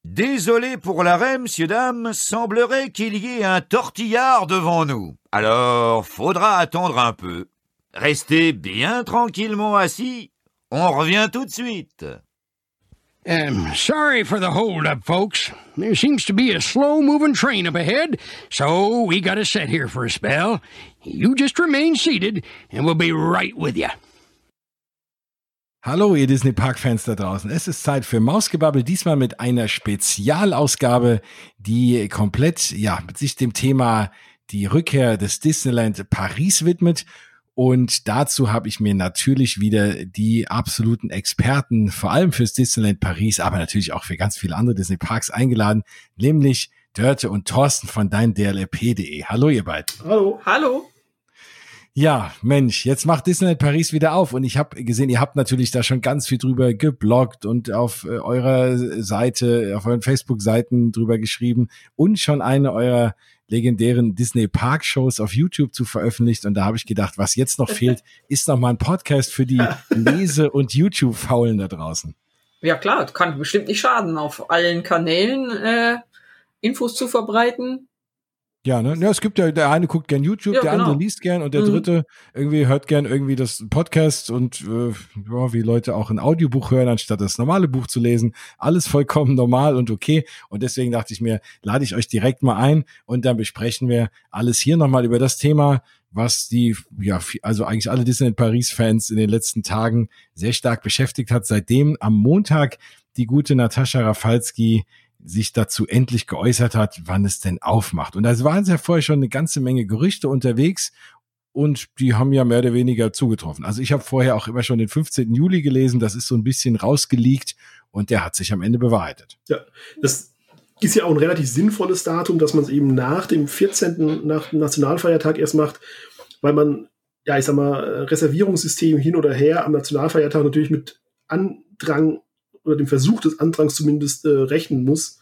Désolé pour l'arrêt, messieurs, dames, semblerait qu'il y ait un tortillard devant nous. Alors, faudra attendre un peu. Restez bien tranquillement assis. On revient tout de suite. Sorry for the hold-up, folks. There seems to be a slow-moving train up ahead, so we gotta sit here for a spell. You just remain seated, and we'll be right with you. Hallo, ihr Disney-Park-Fans da draußen. Es ist Zeit für Mausgebabbel, diesmal mit einer Spezialausgabe, die komplett, sich dem Thema die Rückkehr des Disneyland Paris widmet. Und dazu habe ich mir natürlich wieder die absoluten Experten, vor allem fürs Disneyland Paris, aber natürlich auch für ganz viele andere Disney-Parks eingeladen, nämlich Dörte und Thorsten von deindlrp.de. Hallo, ihr beiden. Hallo. Hallo. Ja, Mensch, jetzt macht Disneyland Paris wieder auf und ich habe gesehen, ihr habt natürlich da schon ganz viel drüber gebloggt und auf eurer Seite, auf euren Facebook-Seiten drüber geschrieben und schon eine eurer legendären Disney-Park-Shows auf YouTube zu veröffentlicht und da habe ich gedacht, was jetzt noch fehlt, ist noch mal ein Podcast für die Lese- und YouTube-Faulen da draußen. Ja klar, kann bestimmt nicht schaden, auf allen Kanälen Infos zu verbreiten. Ja, ne? Ja, es gibt ja, der eine guckt gern YouTube, ja, der andere liest gern und der dritte irgendwie hört gern irgendwie das Podcast und wie Leute auch ein Audiobuch hören, anstatt das normale Buch zu lesen. Alles vollkommen normal und okay. Und deswegen dachte ich mir, lade ich euch direkt mal ein und dann besprechen wir alles hier nochmal über das Thema, was die, also eigentlich alle Disneyland Paris-Fans in den letzten Tagen sehr stark beschäftigt hat, seitdem am Montag die gute Natascha Rafalski sich dazu endlich geäußert hat, wann es denn aufmacht. Und da waren ja vorher schon eine ganze Menge Gerüchte unterwegs und die haben ja mehr oder weniger zugetroffen. Also ich habe vorher auch immer schon den 15. Juli gelesen, das ist so ein bisschen rausgeleakt und der hat sich am Ende bewahrheitet. Ja, das ist ja auch ein relativ sinnvolles Datum, dass man es eben nach dem 14., nach dem Nationalfeiertag erst macht, weil man, Reservierungssystem hin oder her am Nationalfeiertag natürlich mit Andrang oder dem Versuch des Andrangs zumindest rechnen muss.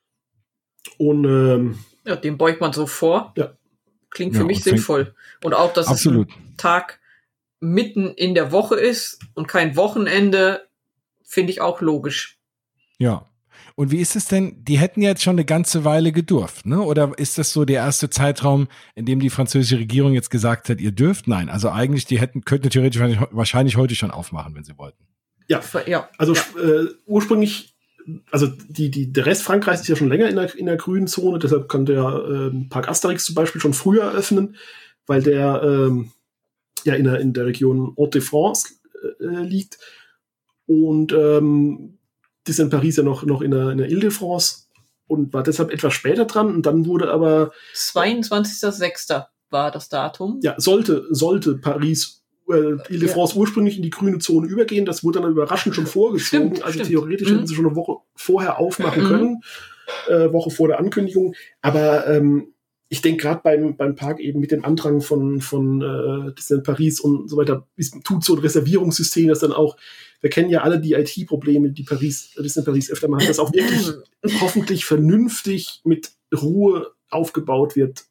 Und dem beugt man so vor. Ja. Klingt für mich sinnvoll. Und auch, dass es ein Tag mitten in der Woche ist und kein Wochenende, finde ich auch logisch. Ja. Und wie ist es denn? Die hätten jetzt schon eine ganze Weile gedurft, ne? Oder ist das so der erste Zeitraum, in dem die französische Regierung jetzt gesagt hat, ihr dürft? Nein. Also eigentlich, könnten theoretisch wahrscheinlich heute schon aufmachen, wenn sie wollten. Ja. Also ursprünglich, also der Rest Frankreichs ist ja schon länger in der grünen Zone, deshalb kann der Parc Asterix zum Beispiel schon früher eröffnen, weil der in der Region Hauts-de-France liegt und Disneyland Paris ja noch in der Ile-de-France und war deshalb etwas später dran und dann wurde aber 22.06. war das Datum. Ja, sollte Paris Ile-de-France ursprünglich in die grüne Zone übergehen. Das wurde dann überraschend schon vorgezogen. Stimmt. Theoretisch hätten sie schon eine Woche vorher aufmachen können, Woche vor der Ankündigung. Aber ich denke gerade beim Park eben mit dem Andrang von Disneyland Paris und so weiter, tut so ein Reservierungssystem, das dann auch, wir kennen ja alle die IT-Probleme, die Disneyland Paris öfter machen, das auch wirklich hoffentlich vernünftig mit Ruhe aufgebaut wird.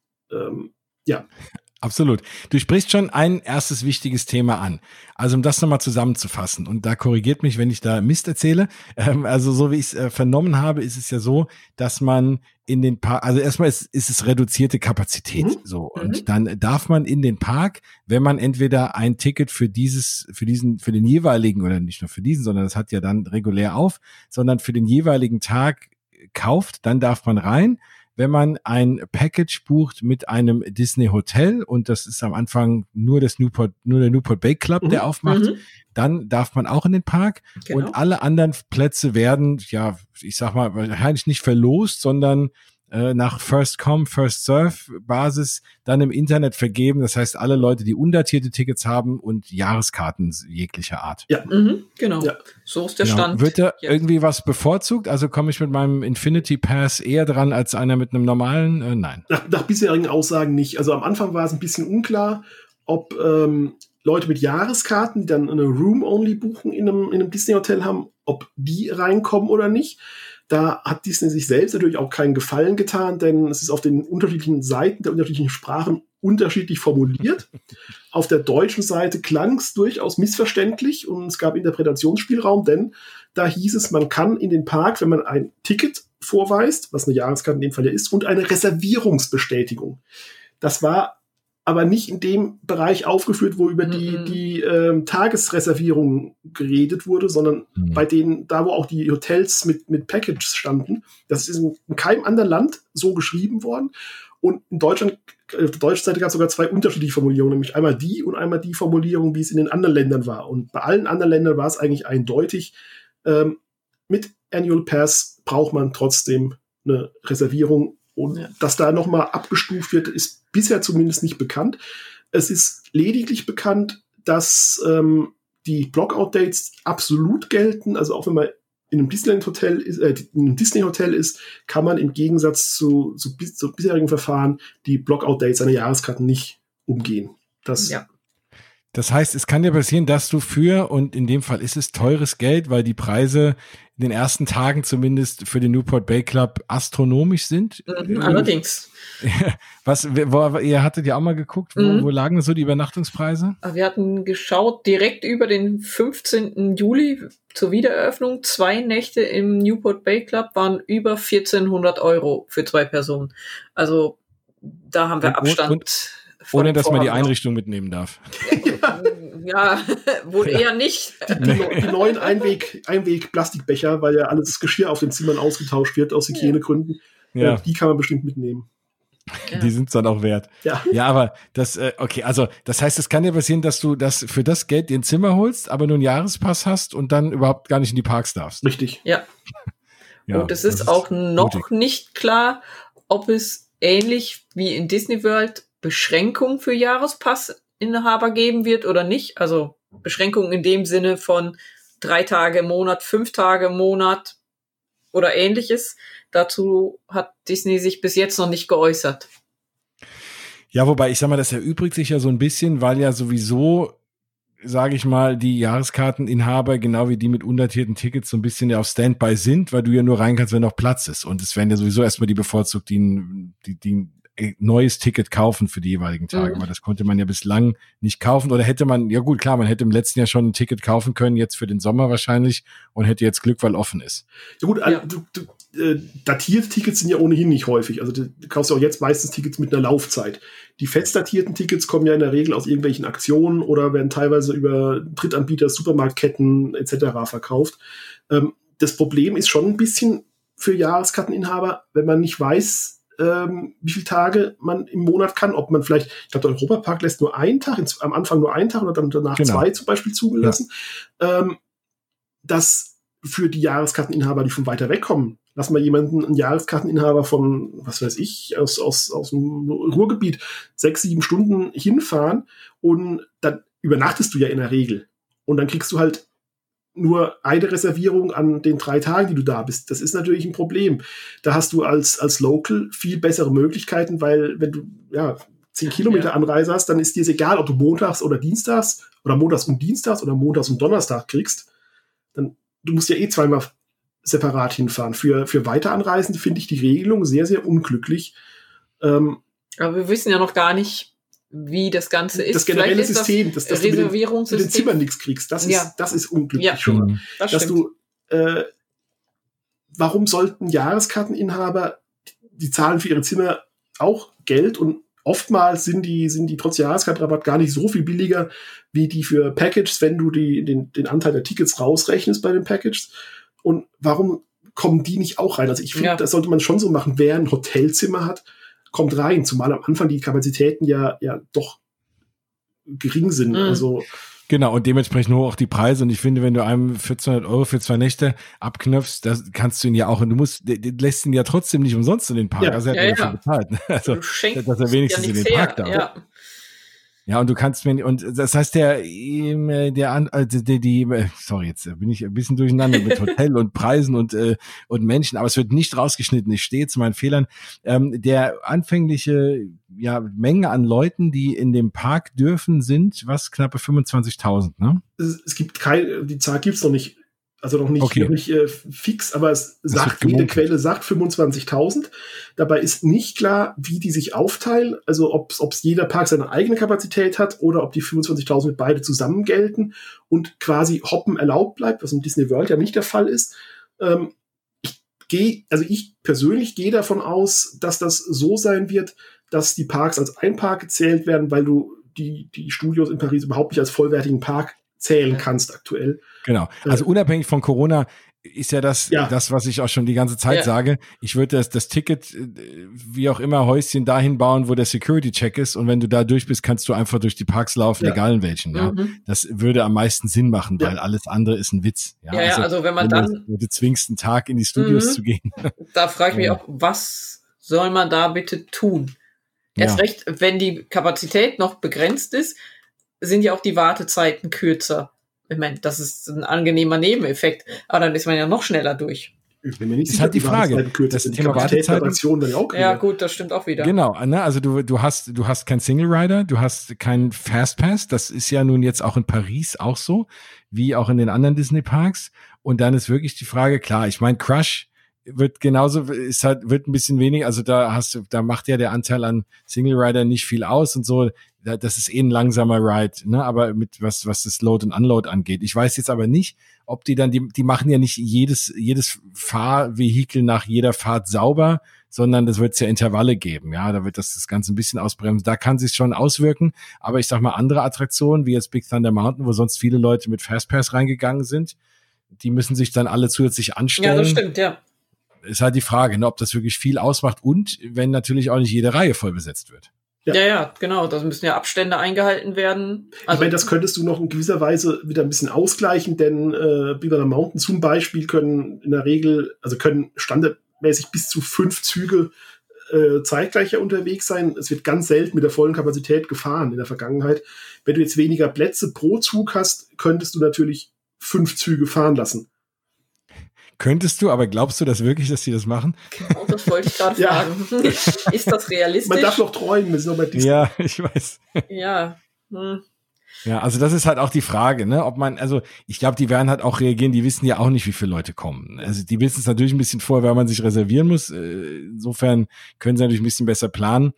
Absolut. Du sprichst schon ein erstes wichtiges Thema an. Also um das nochmal zusammenzufassen, und da korrigiert mich, wenn ich da Mist erzähle, also so wie ich es vernommen habe, ist es ja so, dass man in den Park, also erstmal ist es reduzierte Kapazität, und dann darf man in den Park, wenn man entweder ein Ticket für den jeweiligen, oder nicht nur für diesen, sondern das hat ja dann regulär auf, sondern für den jeweiligen Tag kauft, dann darf man rein. Wenn man ein Package bucht mit einem Disney Hotel, und das ist am Anfang nur der Newport Bay Club, der aufmacht, dann darf man auch in den Park. Genau. Und alle anderen Plätze werden, ich sag mal, wahrscheinlich nicht verlost, sondern nach First-Come, First-Serve-Basis dann im Internet vergeben. Das heißt, alle Leute, die undatierte Tickets haben und Jahreskarten jeglicher Art. Ja, genau. Ja. So ist der Stand. Wird da irgendwie was bevorzugt? Also komme ich mit meinem Infinity Pass eher dran als einer mit einem normalen? Nein. Nach bisherigen Aussagen nicht. Also am Anfang war es ein bisschen unklar, ob Leute mit Jahreskarten, die dann eine Room-Only buchen in einem Disney-Hotel haben, ob die reinkommen oder nicht. Da hat Disney sich selbst natürlich auch keinen Gefallen getan, denn es ist auf den unterschiedlichen Seiten der unterschiedlichen Sprachen unterschiedlich formuliert. Auf der deutschen Seite klang es durchaus missverständlich und es gab Interpretationsspielraum, denn da hieß es, man kann in den Park, wenn man ein Ticket vorweist, was eine Jahreskarte in dem Fall ja ist, und eine Reservierungsbestätigung. Das war aber nicht in dem Bereich aufgeführt, wo über die Tagesreservierung geredet wurde, sondern bei denen, da wo auch die Hotels mit Packages standen. Das ist in keinem anderen Land so geschrieben worden. Und in Deutschland, auf der deutschen Seite gab es sogar 2 unterschiedliche Formulierungen, nämlich einmal die und einmal die Formulierung, wie es in den anderen Ländern war. Und bei allen anderen Ländern war es eigentlich eindeutig, mit Annual Pass braucht man trotzdem eine Reservierung. Und dass da nochmal abgestuft wird, ist bisher zumindest nicht bekannt. Es ist lediglich bekannt, dass die Blockout-Dates absolut gelten. Also auch wenn man in einem Disneyland-Hotel ist, in einem Disney-Hotel ist, kann man im Gegensatz zu bisherigen Verfahren die Blockout-Dates einer Jahreskarte nicht umgehen. Das heißt, es kann dir passieren, dass du und in dem Fall ist es teures Geld, weil die Preise in den ersten Tagen zumindest für den Newport Bay Club astronomisch sind. Allerdings. Ihr hattet ja auch mal geguckt, wo lagen denn so die Übernachtungspreise? Wir hatten geschaut, direkt über den 15. Juli zur Wiedereröffnung, 2 Nächte im Newport Bay Club waren über 1.400 € für 2 Personen. Also da haben wir Abstand. Ohne, dass man die Einrichtung mitnehmen darf. Ja, wohl eher nicht. Die neuen Einweg-Plastikbecher, weil ja alles Geschirr auf den Zimmern ausgetauscht wird aus Hygienegründen, die kann man bestimmt mitnehmen. Ja. Die sind es dann auch wert. Ja, aber okay, also das heißt, es kann dir passieren, dass du für das Geld dir ein Zimmer holst, aber nur einen Jahrespass hast und dann überhaupt gar nicht in die Parks darfst. Richtig. Ja. Und es ist auch noch nicht klar, ob es ähnlich wie in Disney World Beschränkungen für Jahrespassinhaber geben wird oder nicht. Also Beschränkungen in dem Sinne von 3 Tage im Monat, 5 Tage im Monat oder ähnliches. Dazu hat Disney sich bis jetzt noch nicht geäußert. Ja, wobei, ich sag mal, das erübrigt sich ja so ein bisschen, weil ja sowieso, sage ich mal, die Jahreskarteninhaber, genau wie die mit undatierten Tickets, so ein bisschen ja auf Standby sind, weil du ja nur rein kannst, wenn noch Platz ist. Und es werden ja sowieso erstmal die bevorzugt, die neues Ticket kaufen für die jeweiligen Tage. Aber das konnte man ja bislang nicht kaufen. Oder hätte man, ja gut, klar, man hätte im letzten Jahr schon ein Ticket kaufen können, jetzt für den Sommer wahrscheinlich, und hätte jetzt Glück, weil offen ist. Ja gut, datierte Tickets sind ja ohnehin nicht häufig. Also du kaufst ja auch jetzt meistens Tickets mit einer Laufzeit. Die fest datierten Tickets kommen ja in der Regel aus irgendwelchen Aktionen oder werden teilweise über Drittanbieter, Supermarktketten etc. verkauft. Das Problem ist schon ein bisschen für Jahreskarteninhaber, wenn man nicht weiß, wie viele Tage man im Monat kann, ob man vielleicht, ich glaube, der Europapark lässt nur einen Tag, am Anfang nur einen Tag oder dann danach 2 zum Beispiel zugelassen. Ja. Das für die Jahreskarteninhaber, die von weiter weg kommen, lass mal jemanden, einen Jahreskarteninhaber von, was weiß ich, aus dem Ruhrgebiet 6-7 Stunden hinfahren und dann übernachtest du ja in der Regel. Und dann kriegst du halt nur eine Reservierung an den 3 Tagen, die du da bist. Das ist natürlich ein Problem. Da hast du als Local viel bessere Möglichkeiten, weil wenn du 10 Kilometer Anreise hast, dann ist dir es egal, ob du montags oder dienstags oder montags und dienstags oder montags und Donnerstag kriegst. Dann, du musst ja zweimal separat hinfahren. Für Weiteranreisende finde ich die Regelung sehr, sehr unglücklich. Aber wir wissen ja noch gar nicht, wie das Ganze ist. Das generelle System, dass du Reservierungssystem mit den Zimmern nichts kriegst, das ist unglücklich schon. Dass du, warum sollten Jahreskarteninhaber, die zahlen für ihre Zimmer auch Geld und oftmals sind die trotz Jahreskartenrabatt gar nicht so viel billiger wie die für Packages, wenn du den Anteil der Tickets rausrechnest bei den Packages. Und warum kommen die nicht auch rein? Also ich finde, das sollte man schon so machen, wer ein Hotelzimmer hat, kommt rein, zumal am Anfang die Kapazitäten ja doch gering sind. Also genau, und dementsprechend hoch auch die Preise. Und ich finde, wenn du einem 1.400 € für 2 Nächte abknöpfst, das kannst du ihn ja auch, und du lässt ihn ja trotzdem nicht umsonst in den Park. Also er hat ja schon bezahlt. Also, dass er wenigstens in den Park darf. Ja. Ja, und du kannst mir, und das heißt, sorry, jetzt bin ich ein bisschen durcheinander mit Hotel und Preisen und Menschen, aber es wird nicht rausgeschnitten, ich stehe zu meinen Fehlern. Der anfängliche, Menge an Leuten, die in dem Park dürfen, sind, knappe 25.000, ne? Es gibt die Zahl gibt's noch nicht. Also noch nicht fix, aber es sagt, jede Quelle sagt 25.000. Dabei ist nicht klar, wie die sich aufteilen, also ob jeder Park seine eigene Kapazität hat oder ob die 25.000 mit beide zusammen gelten und quasi Hoppen erlaubt bleibt, was im Disney World ja nicht der Fall ist. ich persönlich gehe davon aus, dass das so sein wird, dass die Parks als ein Park gezählt werden, weil du die Studios in Paris überhaupt nicht als vollwertigen Park zählen kannst aktuell. Genau. Also unabhängig von Corona ist ja das, was ich auch schon die ganze Zeit sage. Ich würde das Ticket, wie auch immer, Häuschen dahin bauen, wo der Security-Check ist. Und wenn du da durch bist, kannst du einfach durch die Parks laufen, egal in welchen. Ja. Das würde am meisten Sinn machen, weil alles andere ist ein Witz. Ja, also wenn man dann du zwingst einen Tag in die Studios zu gehen. Da frage ich mich auch, was soll man da bitte tun? Erst recht, wenn die Kapazität noch begrenzt ist, sind ja auch die Wartezeiten kürzer. Ich meine, das ist ein angenehmer Nebeneffekt, aber dann ist man ja noch schneller durch. Ich bin mir nicht sicher, halt die Frage. Das Thema Wartezeiten. Ja, gut, das stimmt auch wieder. Genau, ne? Also du hast kein Single Rider, du hast keinen Fastpass. Das ist ja nun jetzt auch in Paris auch so, wie auch in den anderen Disney Parks. Und dann ist wirklich die Frage, klar, ich meine, Crush wird genauso, wird ein bisschen weniger, also da macht ja der Anteil an Single Rider nicht viel aus und so. Das ist ein langsamer Ride, ne? Aber mit was das Load und Unload angeht. Ich weiß jetzt aber nicht, ob die dann, die machen ja nicht jedes Fahrvehikel nach jeder Fahrt sauber, sondern das wird es ja Intervalle geben, ja. Da wird das Ganze ein bisschen ausbremsen. Da kann sich schon auswirken. Aber ich sag mal, andere Attraktionen, wie jetzt Big Thunder Mountain, wo sonst viele Leute mit Fastpass reingegangen sind, die müssen sich dann alle zusätzlich anstellen. Ja, das stimmt, ja. Ist halt die Frage, ne, ob das wirklich viel ausmacht und wenn natürlich auch nicht jede Reihe voll besetzt wird. Ja, genau. Da müssen ja Abstände eingehalten werden. Also, ich meine, das könntest du noch in gewisser Weise wieder ein bisschen ausgleichen, denn Big Thunder Mountain zum Beispiel können standardmäßig bis zu 5 Züge zeitgleich unterwegs sein. Es wird ganz selten mit der vollen Kapazität gefahren in der Vergangenheit. Wenn du jetzt weniger Plätze pro Zug hast, könntest du natürlich 5 Züge fahren lassen. Könntest du, aber glaubst du das wirklich, dass die das machen? Genau, das wollte ich gerade fragen. Ist das realistisch? Man darf noch träumen, wir sind noch bei Disney. Ja, ich weiß. Ja. Ja, also das ist halt auch die Frage, ne, ob man, also ich glaube, die werden halt auch reagieren, die wissen ja auch nicht, wie viele Leute kommen. Also die wissen es natürlich ein bisschen vorher, weil man sich reservieren muss. Insofern können sie natürlich ein bisschen besser planen.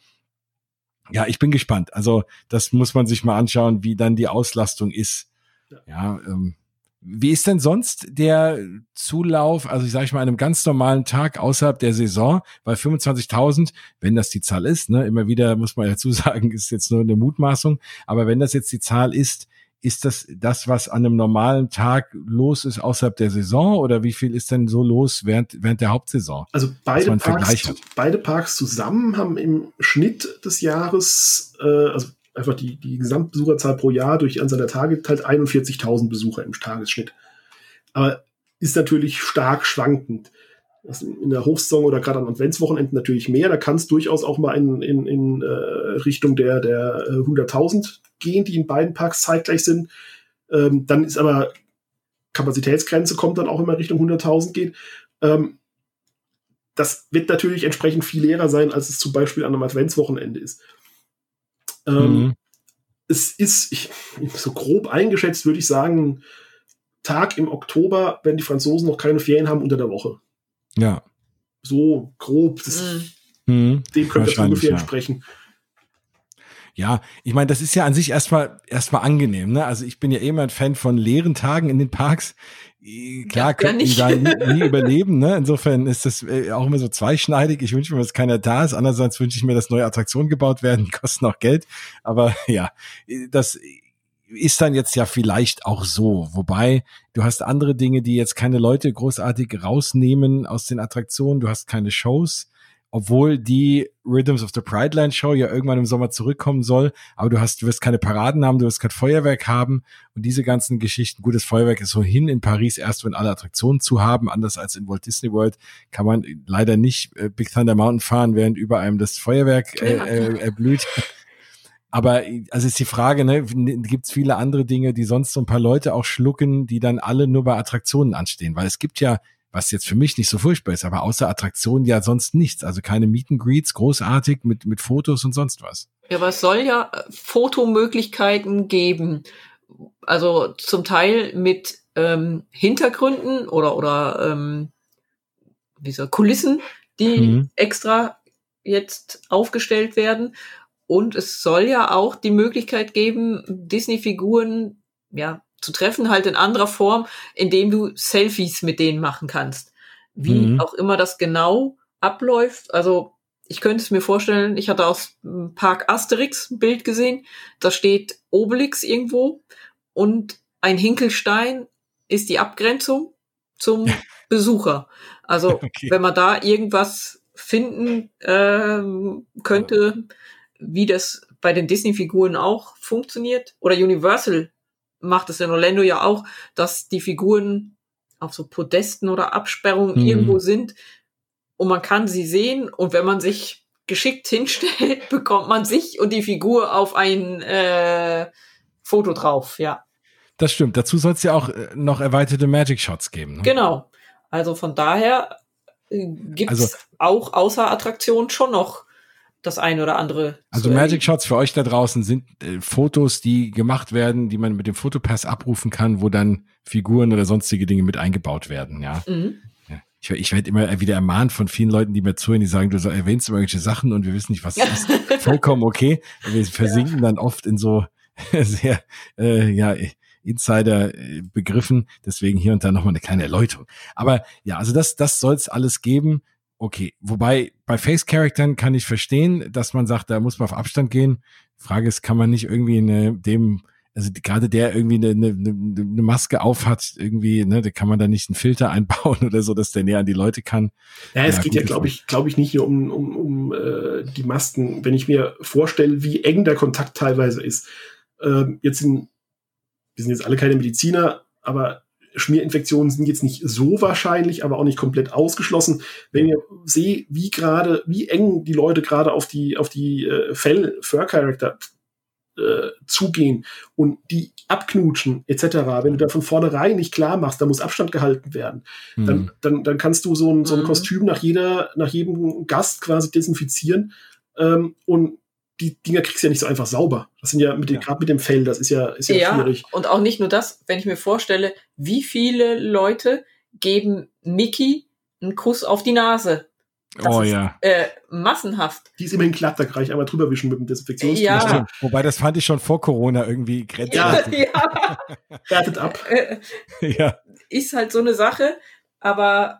Ja, ich bin gespannt. Also das muss man sich mal anschauen, wie dann die Auslastung ist. Ja, wie ist denn sonst der Zulauf, also ich sage mal, an einem ganz normalen Tag außerhalb der Saison, weil 25.000, wenn das die Zahl ist, ne, immer wieder muss man dazu sagen, ist jetzt nur eine Mutmaßung, aber wenn das jetzt die Zahl ist das, was an einem normalen Tag los ist außerhalb der Saison oder wie viel ist denn so los während der Hauptsaison? Also beide Parks zusammen haben im Schnitt des Jahres, also einfach die Gesamtbesucherzahl pro Jahr durch die Anzahl der Tage geteilt 41.000 Besucher im Tagesschnitt. Aber ist natürlich stark schwankend. Das in der Hochsaison oder gerade an Adventswochenenden natürlich mehr. Da kann es durchaus auch mal in Richtung der 100.000 gehen, die in beiden Parks zeitgleich sind. Dann ist aber Kapazitätsgrenze kommt dann auch immer Richtung 100.000 geht. Das wird natürlich entsprechend viel leerer sein, als es zum Beispiel an einem Adventswochenende ist. Es ist, so grob eingeschätzt, würde ich sagen, Tag im Oktober, wenn die Franzosen noch keine Ferien haben, unter der Woche. Ja. So grob. Dem könnte das ungefähr entsprechen. Ja, ich meine, das ist ja an sich erstmal angenehm, ne? Also ich bin ja immer ein Fan von leeren Tagen in den Parks. Klar, könnten die da nie überleben, ne? Insofern ist das auch immer so zweischneidig. Ich wünsche mir, dass keiner da ist. Andererseits wünsche ich mir, dass neue Attraktionen gebaut werden. Die kosten auch Geld. Aber ja, das ist dann jetzt ja vielleicht auch so. Wobei, du hast andere Dinge, die jetzt keine Leute großartig rausnehmen aus den Attraktionen. Du hast keine Shows. Obwohl die Rhythms of the Pride Land Show ja irgendwann im Sommer zurückkommen soll, aber du wirst keine Paraden haben, du wirst kein Feuerwerk haben und diese ganzen Geschichten. Gutes Feuerwerk ist so in Paris erst, wenn alle Attraktionen zu haben, anders als in Walt Disney World kann man leider nicht Big Thunder Mountain fahren, während über einem das Feuerwerk erblüht. Aber also ist die Frage, ne, gibt's viele andere Dinge, die sonst so ein paar Leute auch schlucken, die dann alle nur bei Attraktionen anstehen, weil es gibt ja, was jetzt für mich nicht so furchtbar ist, aber außer Attraktionen ja sonst nichts. Also keine Meet and Greets, großartig mit Fotos und sonst was. Ja, aber es soll ja Fotomöglichkeiten geben. Also zum Teil mit Hintergründen oder Kulissen, die extra jetzt aufgestellt werden. Und es soll ja auch die Möglichkeit geben, Disney-Figuren, zu treffen, halt in anderer Form, indem du Selfies mit denen machen kannst. Wie auch immer das genau abläuft. Also ich könnte es mir vorstellen, ich hatte aus Park Asterix ein Bild gesehen, da steht Obelix irgendwo und ein Hinkelstein ist die Abgrenzung zum Besucher. Also wenn man da irgendwas finden könnte, wie das bei den Disney-Figuren auch funktioniert. Oder Universal macht es in Orlando ja auch, dass die Figuren auf so Podesten oder Absperrungen irgendwo sind und man kann sie sehen und wenn man sich geschickt hinstellt, bekommt man sich und die Figur auf ein Foto drauf, ja. Das stimmt. Dazu soll es ja auch noch erweiterte Magic Shots geben. Ne? Genau. Also von daher gibt es auch außer Attraktion schon noch das eine oder andere. Also Magic Shots für euch da draußen sind Fotos, die gemacht werden, die man mit dem Fotopass abrufen kann, wo dann Figuren oder sonstige Dinge mit eingebaut werden, ja. Ja. Ich werde immer wieder ermahnt von vielen Leuten, die mir zuhören, die sagen, du erwähnst immer irgendwelche Sachen und wir wissen nicht, was es ist. Vollkommen okay. Wir versinken dann oft in so sehr, Insider-Begriffen. Deswegen hier und da nochmal eine kleine Erläuterung. Aber ja, also das soll es alles geben. Okay, wobei bei Face-Charaktern kann ich verstehen, dass man sagt, da muss man auf Abstand gehen. Frage ist, kann man nicht irgendwie gerade der irgendwie eine Maske aufhat, irgendwie, ne, da kann man da nicht einen Filter einbauen oder so, dass der näher an die Leute kann. Ja, es geht ja, glaube ich, nicht nur um die Masken. Wenn ich mir vorstelle, wie eng der Kontakt teilweise ist. Wir sind jetzt alle keine Mediziner, aber Schmierinfektionen sind jetzt nicht so wahrscheinlich, aber auch nicht komplett ausgeschlossen. Wenn ihr seht, wie eng die Leute gerade auf die Fur-Charakter zugehen und die abknutschen etc., wenn du da von vornherein nicht klar machst, da muss Abstand gehalten werden, dann kannst du so ein Kostüm nach jedem Gast quasi desinfizieren und die Dinger kriegst du ja nicht so einfach sauber. Das sind ja gerade mit dem Fell, das ist ja schwierig. Und auch nicht nur das, wenn ich mir vorstelle, wie viele Leute geben Mickey einen Kuss auf die Nase. Das ist massenhaft. Die ist immerhin glatt, da kann ich einmal drüber wischen mit dem Desinfektionstuch. Ja. Wobei, das fand ich schon vor Corona irgendwie grenzwertig. Ja. Härtet ab. Ist halt so eine Sache, aber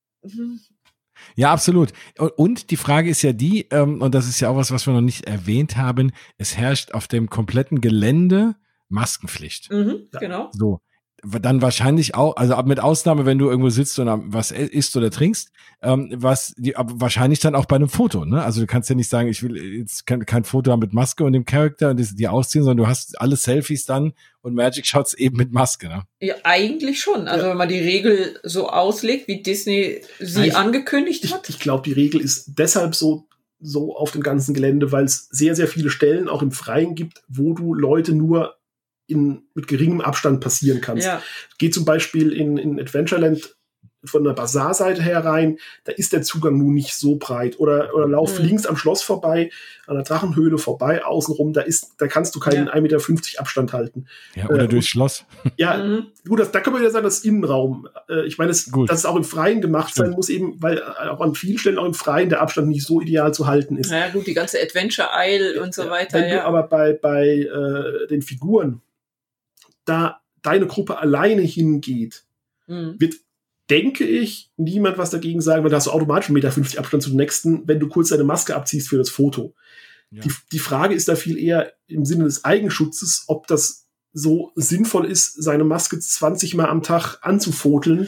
ja, absolut. Und die Frage ist ja die, und das ist ja auch was wir noch nicht erwähnt haben, es herrscht auf dem kompletten Gelände Maskenpflicht. Genau. So. Dann wahrscheinlich auch, also mit Ausnahme, wenn du irgendwo sitzt und was isst oder trinkst, wahrscheinlich dann auch bei einem Foto, ne? Also du kannst ja nicht sagen, ich will jetzt kein Foto haben mit Maske und dem Charakter und die ausziehen, sondern du hast alle Selfies dann und Magic Shots eben mit Maske, ne? Ja, eigentlich schon. Also wenn man die Regel so auslegt, wie Disney sie angekündigt hat. Ich glaube, die Regel ist deshalb so auf dem ganzen Gelände, weil es sehr, sehr viele Stellen auch im Freien gibt, wo du Leute nur mit geringem Abstand passieren kannst. Ja. Geh zum Beispiel in Adventureland von der Bazarseite her rein, da ist der Zugang nun nicht so breit. Oder lauf links am Schloss vorbei, an der Drachenhöhle vorbei, außenrum, da kannst du keinen 1,50 Meter Abstand halten. Ja, oder durchs Schloss. Ja, gut, da können wir wieder sagen, das Innenraum. Ich meine, dass es auch im Freien gemacht sein muss, eben, weil auch an vielen Stellen auch im Freien der Abstand nicht so ideal zu halten ist. Ja gut, die ganze Adventure Isle und so weiter. Wenn du aber bei den Figuren da deine Gruppe alleine hingeht, wird, denke ich, niemand was dagegen sagen, weil da hast du automatisch 1,50 Meter Abstand zum nächsten, wenn du kurz deine Maske abziehst für das Foto. Ja. Die Frage ist da viel eher im Sinne des Eigenschutzes, ob das so sinnvoll ist, seine Maske 20 Mal am Tag anzufoteln.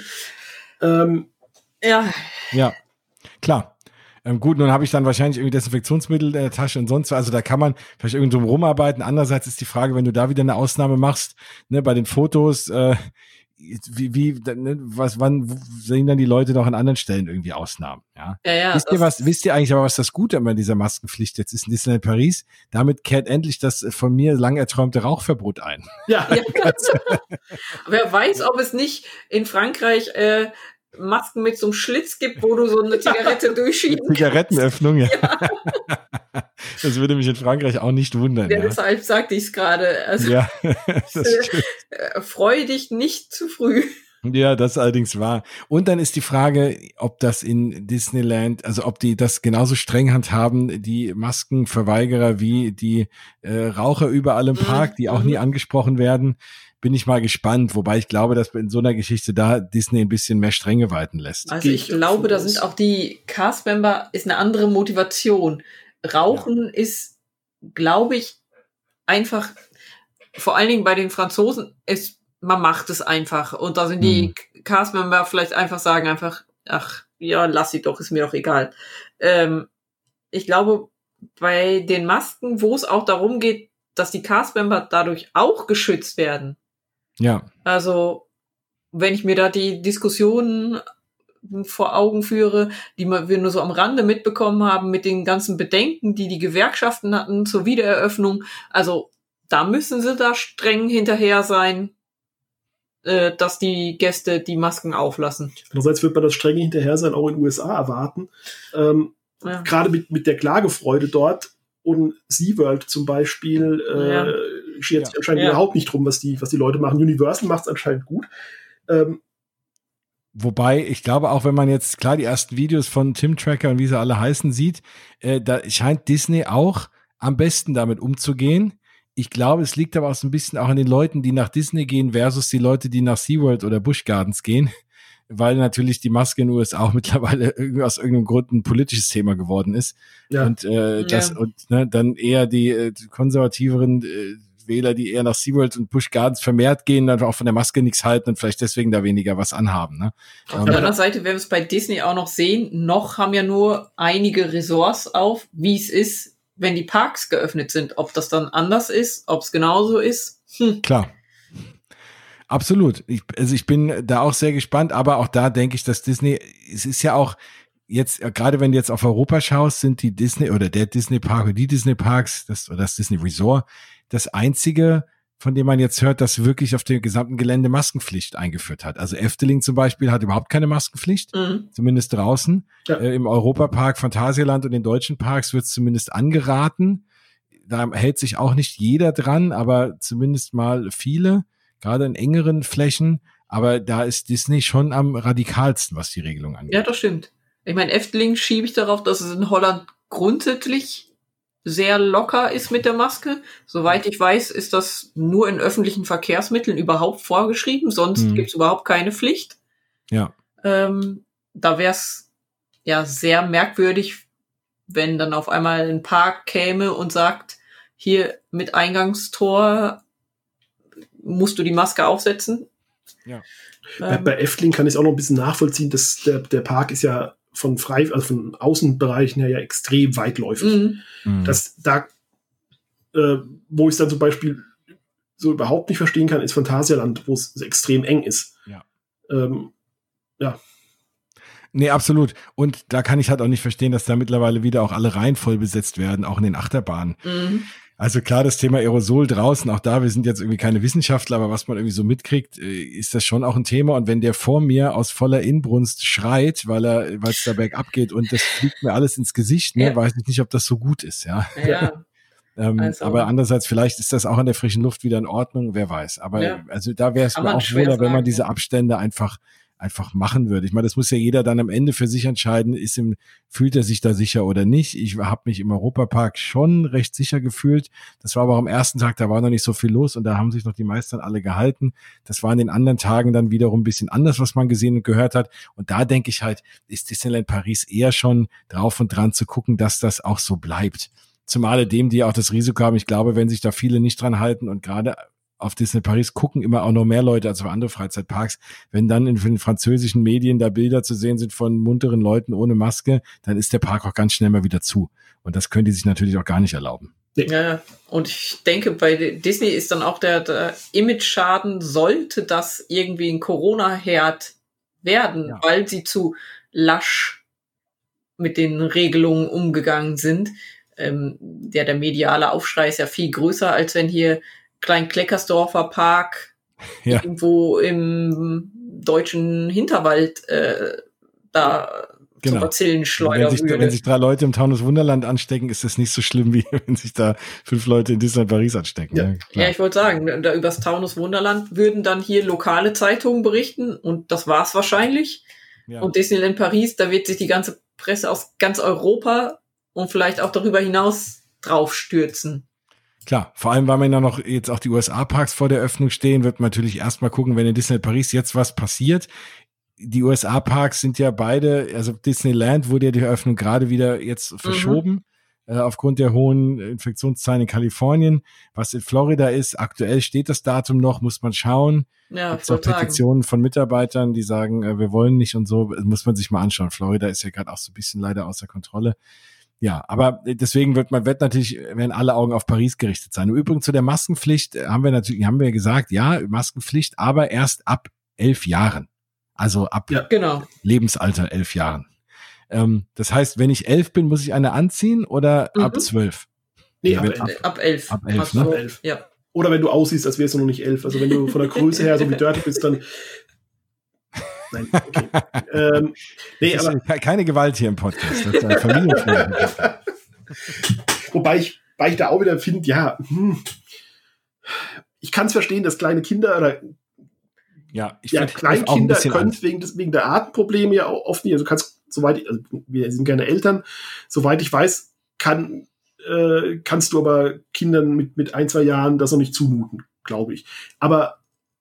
Ja, klar. Gut, nun habe ich dann wahrscheinlich irgendwie Desinfektionsmittel in der Tasche und sonst was. Also da kann man vielleicht irgendwie drum rumarbeiten. Andererseits ist die Frage, wenn du da wieder eine Ausnahme machst, ne, bei den Fotos, wann sehen dann die Leute noch an anderen Stellen irgendwie Ausnahmen? Ja. Wisst ihr eigentlich aber, was das Gute an dieser Maskenpflicht jetzt ist in Disneyland Paris? Damit kehrt endlich das von mir lang erträumte Rauchverbot ein. Ja. Wer weiß, ob es nicht in Frankreich Masken mit so einem Schlitz gibt, wo du so eine Zigarette durchschieben kannst. Zigarettenöffnung, ja. Das würde mich in Frankreich auch nicht wundern. Ja, deshalb sagte ich es gerade. Also, ja, das freue dich nicht zu früh. Ja, das allerdings wahr. Und dann ist die Frage, ob das in Disneyland, also ob die das genauso streng handhaben, die Maskenverweigerer wie die Raucher überall im Park, die auch nie angesprochen werden. bin ich mal gespannt, wobei ich glaube, dass in so einer Geschichte da Disney ein bisschen mehr Stränge walten lässt. Also ich glaube, da sind auch die Castmember, ist eine andere Motivation. Rauchen ist, glaube ich, einfach, vor allen Dingen bei den Franzosen, man macht es einfach. Und da sind die Castmember vielleicht sagen einfach, ach ja, lass sie doch, ist mir doch egal. Ich glaube, bei den Masken, wo es auch darum geht, dass die Castmember dadurch auch geschützt werden. Ja. Also, wenn ich mir da die Diskussionen vor Augen führe, die wir nur so am Rande mitbekommen haben, mit den ganzen Bedenken, die Gewerkschaften hatten zur Wiedereröffnung, also da müssen sie da streng hinterher sein, dass die Gäste die Masken auflassen. Andererseits wird man das streng hinterher sein auch in den USA erwarten. Gerade mit der Klagefreude dort und SeaWorld zum Beispiel schert sich anscheinend überhaupt nicht drum, was die Leute machen. Universal macht es anscheinend gut. Wobei, ich glaube auch, wenn man jetzt klar die ersten Videos von Tim Tracker und wie sie alle heißen sieht, da scheint Disney auch am besten damit umzugehen. Ich glaube, es liegt aber auch so ein bisschen auch an den Leuten, die nach Disney gehen versus die Leute, die nach SeaWorld oder Busch Gardens gehen, weil natürlich die Maske in den USA auch mittlerweile irgendwie aus irgendeinem Grund ein politisches Thema geworden ist. Ja. Und dann eher die konservativeren Wähler, die eher nach SeaWorld und Busch Gardens vermehrt gehen, dann auch von der Maske nichts halten und vielleicht deswegen da weniger was anhaben. Ne? Auf der anderen Seite, wenn wir es bei Disney auch noch sehen, noch haben ja nur einige Resorts auf, wie es ist, wenn die Parks geöffnet sind. Ob das dann anders ist, ob es genauso ist. Klar. Absolut. Ich bin da auch sehr gespannt, aber auch da denke ich, dass Disney, es ist ja auch jetzt, gerade wenn du jetzt auf Europa schaust, sind die Disney oder der Disney Park oder die Disney Parks, das Disney Resort, das einzige, von dem man jetzt hört, das wirklich auf dem gesamten Gelände Maskenpflicht eingeführt hat. Also Efteling zum Beispiel hat überhaupt keine Maskenpflicht, zumindest draußen. Ja. Im Europapark, Phantasialand und den deutschen Parks wird es zumindest angeraten. Da hält sich auch nicht jeder dran, aber zumindest mal viele, gerade in engeren Flächen. Aber da ist Disney schon am radikalsten, was die Regelung angeht. Ja, das stimmt. Ich meine, Efteling schiebe ich darauf, dass es in Holland grundsätzlich sehr locker ist mit der Maske. Soweit ich weiß, ist das nur in öffentlichen Verkehrsmitteln überhaupt vorgeschrieben, sonst gibt es überhaupt keine Pflicht. Ja. Da wäre es ja sehr merkwürdig, wenn dann auf einmal ein Park käme und sagt, hier mit Eingangstor musst du die Maske aufsetzen. Ja. Bei Efteling kann ich es auch noch ein bisschen nachvollziehen, dass der Park ist ja von Außenbereichen her ja extrem weitläufig. Dass da, wo ich es dann zum Beispiel so überhaupt nicht verstehen kann, ist Phantasialand, wo es extrem eng ist. Ja. Nee, absolut. Und da kann ich halt auch nicht verstehen, dass da mittlerweile wieder auch alle Reihen voll besetzt werden, auch in den Achterbahnen. Also klar, das Thema Aerosol draußen, auch da, wir sind jetzt irgendwie keine Wissenschaftler, aber was man irgendwie so mitkriegt, ist das schon auch ein Thema. Und wenn der vor mir aus voller Inbrunst schreit, weil es da bergab geht und das fliegt mir alles ins Gesicht, ne, weiß ich nicht, ob das so gut ist, ja. Aber andererseits, vielleicht ist das auch in der frischen Luft wieder in Ordnung, wer weiß. Aber also da wäre es mir auch wohler, wenn man diese Abstände einfach machen würde. Ich meine, das muss ja jeder dann am Ende für sich entscheiden, fühlt er sich da sicher oder nicht. Ich habe mich im Europapark schon recht sicher gefühlt. Das war aber auch am ersten Tag, da war noch nicht so viel los und da haben sich noch die meisten alle gehalten. Das war in den anderen Tagen dann wiederum ein bisschen anders, was man gesehen und gehört hat. Und da denke ich halt, ist Disneyland Paris eher schon drauf und dran zu gucken, dass das auch so bleibt. Zumal dem, die auch das Risiko haben, ich glaube, wenn sich da viele nicht dran halten und gerade auf Disney Paris gucken immer auch noch mehr Leute als auf andere Freizeitparks. Wenn dann in den französischen Medien da Bilder zu sehen sind von munteren Leuten ohne Maske, dann ist der Park auch ganz schnell mal wieder zu. Und das können die sich natürlich auch gar nicht erlauben. Ja, und ich denke, bei Disney ist dann auch der Image-Schaden, sollte das irgendwie ein Corona-Herd werden, weil sie zu lasch mit den Regelungen umgegangen sind. Der mediale Aufschrei ist ja viel größer, als wenn hier Klein-Kleckersdorfer Park irgendwo im deutschen Hinterwald zu Bazillenschleuder wenn sich 3 Leute im Taunus Wunderland anstecken, ist das nicht so schlimm, wie wenn sich da 5 Leute in Disneyland Paris anstecken. Ja, ich wollte sagen, da über das Taunus Wunderland würden dann hier lokale Zeitungen berichten und das war's wahrscheinlich. Ja. Und Disneyland Paris, da wird sich die ganze Presse aus ganz Europa und vielleicht auch darüber hinaus drauf stürzen. Klar, vor allem, weil man ja noch jetzt auch die USA-Parks vor der Öffnung stehen, wird man natürlich erstmal gucken, wenn in Disneyland Paris jetzt was passiert. Die USA-Parks sind ja beide, also Disneyland wurde ja die Eröffnung gerade wieder jetzt verschoben, aufgrund der hohen Infektionszahlen in Kalifornien. Was in Florida ist, aktuell steht das Datum noch, muss man schauen. Ja, es gibt auch Petitionen von Mitarbeitern, die sagen, wir wollen nicht und so, muss man sich mal anschauen. Florida ist ja gerade auch so ein bisschen leider außer Kontrolle. Ja, aber deswegen werden alle Augen auf Paris gerichtet sein. Im Übrigen zu der Maskenpflicht haben wir gesagt, ja, Maskenpflicht, aber erst ab 11 Jahren. Also ab Lebensalter 11 Jahren. Das heißt, wenn ich 11 bin, muss ich eine anziehen oder ab 12? Nee, ab 11. Ab 11, ne? Ab 11. Ja. Oder wenn du aussiehst, als wärst du noch nicht 11. Also wenn du von der Größe her so wie Dirty bist, dann... Nein, okay. Aber keine Gewalt hier im Podcast. Das ist ein Familienfilm. Wobei ich da auch wieder finde, ich kann es verstehen, dass kleine Kinder oder Kleinkinder können wegen der Atemprobleme ja auch oft nicht. Also wir sind gerne Eltern, soweit ich weiß, kannst du aber Kindern mit 1, 2 Jahren das noch nicht zumuten, glaube ich. Aber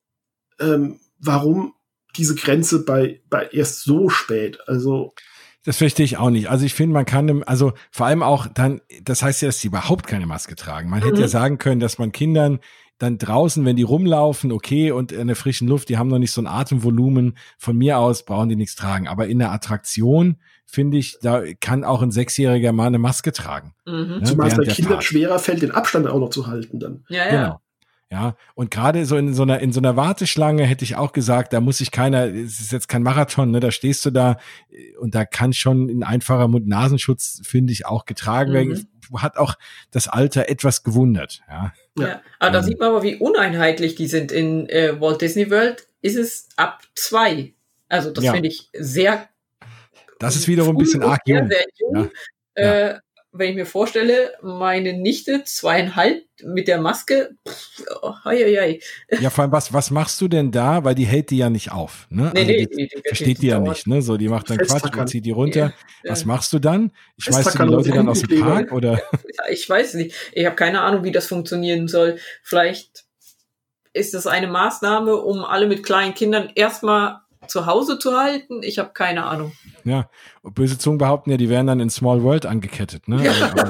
warum diese Grenze bei erst so spät? Also das verstehe ich auch nicht. Also ich finde, man kann, vor allem auch dann, das heißt ja, dass sie überhaupt keine Maske tragen. Man hätte ja sagen können, dass man Kindern dann draußen, wenn die rumlaufen, okay, und in der frischen Luft, die haben noch nicht so ein Atemvolumen, von mir aus brauchen die nichts tragen. Aber in der Attraktion, finde ich, da kann auch ein 6-Jähriger mal eine Maske tragen. Ne, zumal es bei Kindern schwerer fällt, den Abstand auch noch zu halten dann. Ja. Genau. Ja, und gerade so in so einer Warteschlange hätte ich auch gesagt, da muss sich keiner, es ist jetzt kein Marathon, ne, da stehst du da und da kann schon ein einfacher Mund-Nasenschutz, finde ich, auch getragen werden. Hat auch das Alter etwas gewundert. Ja. Aber da sieht man aber, wie uneinheitlich die sind. In Walt Disney World ist es ab 2. Also das finde ich sehr. Das ist wiederum ein bisschen arg jung. Sehr jung. Ja. Wenn ich mir vorstelle, meine Nichte 2,5 mit der Maske, Ja, vor allem, was machst du denn da? Weil die hält die ja nicht auf, ne? Nee, die versteht die ja nicht, ne? So, die macht dann Quatsch und zieht die runter. Ja. Was machst du dann? Schmeißt du die Leute dann aus dem Park, oder? Ja, ich weiß nicht. Ich habe keine Ahnung, wie das funktionieren soll. Vielleicht ist das eine Maßnahme, um alle mit kleinen Kindern erstmal zu Hause zu halten. Ich habe keine Ahnung. Ja, böse Zungen behaupten ja, die werden dann in Small World angekettet, ne?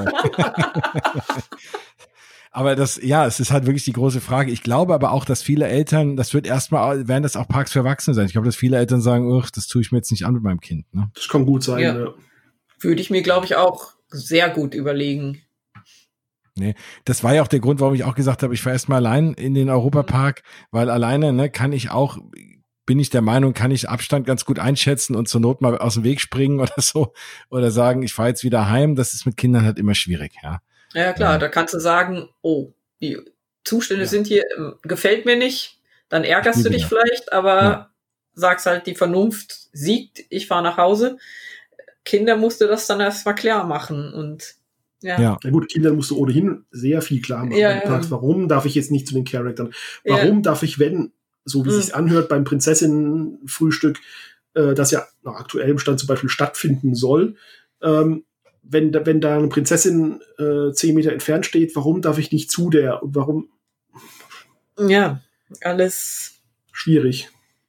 Aber es ist halt wirklich die große Frage. Ich glaube aber auch, dass viele Eltern, werden das auch Parks für Erwachsene sein. Ich glaube, dass viele Eltern sagen, das tue ich mir jetzt nicht an mit meinem Kind, ne? Das kann gut sein, ja. Würde ich mir, glaube ich, auch sehr gut überlegen. Nee, das war ja auch der Grund, warum ich auch gesagt habe, ich fahre erstmal allein in den Europapark, weil alleine, ne, bin ich der Meinung, kann ich Abstand ganz gut einschätzen und zur Not mal aus dem Weg springen oder so. Oder sagen, ich fahre jetzt wieder heim. Das ist mit Kindern halt immer schwierig, ja. Ja, klar, da kannst du sagen, die Zustände sind hier, gefällt mir nicht. Dann ärgerst du dich vielleicht, aber sagst halt, die Vernunft siegt, ich fahre nach Hause. Kinder musste das dann erst mal klar machen und Ja gut, Kindern musst du ohnehin sehr viel klar machen. Warum darf ich jetzt nicht zu den Charaktern? Warum darf ich, so wie es sich anhört, beim Prinzessinnenfrühstück, das ja nach aktuellem Stand zum Beispiel stattfinden soll, wenn da eine Prinzessin 10 Meter entfernt steht, warum darf ich nicht zu der? Und warum? Ja, alles schwierig.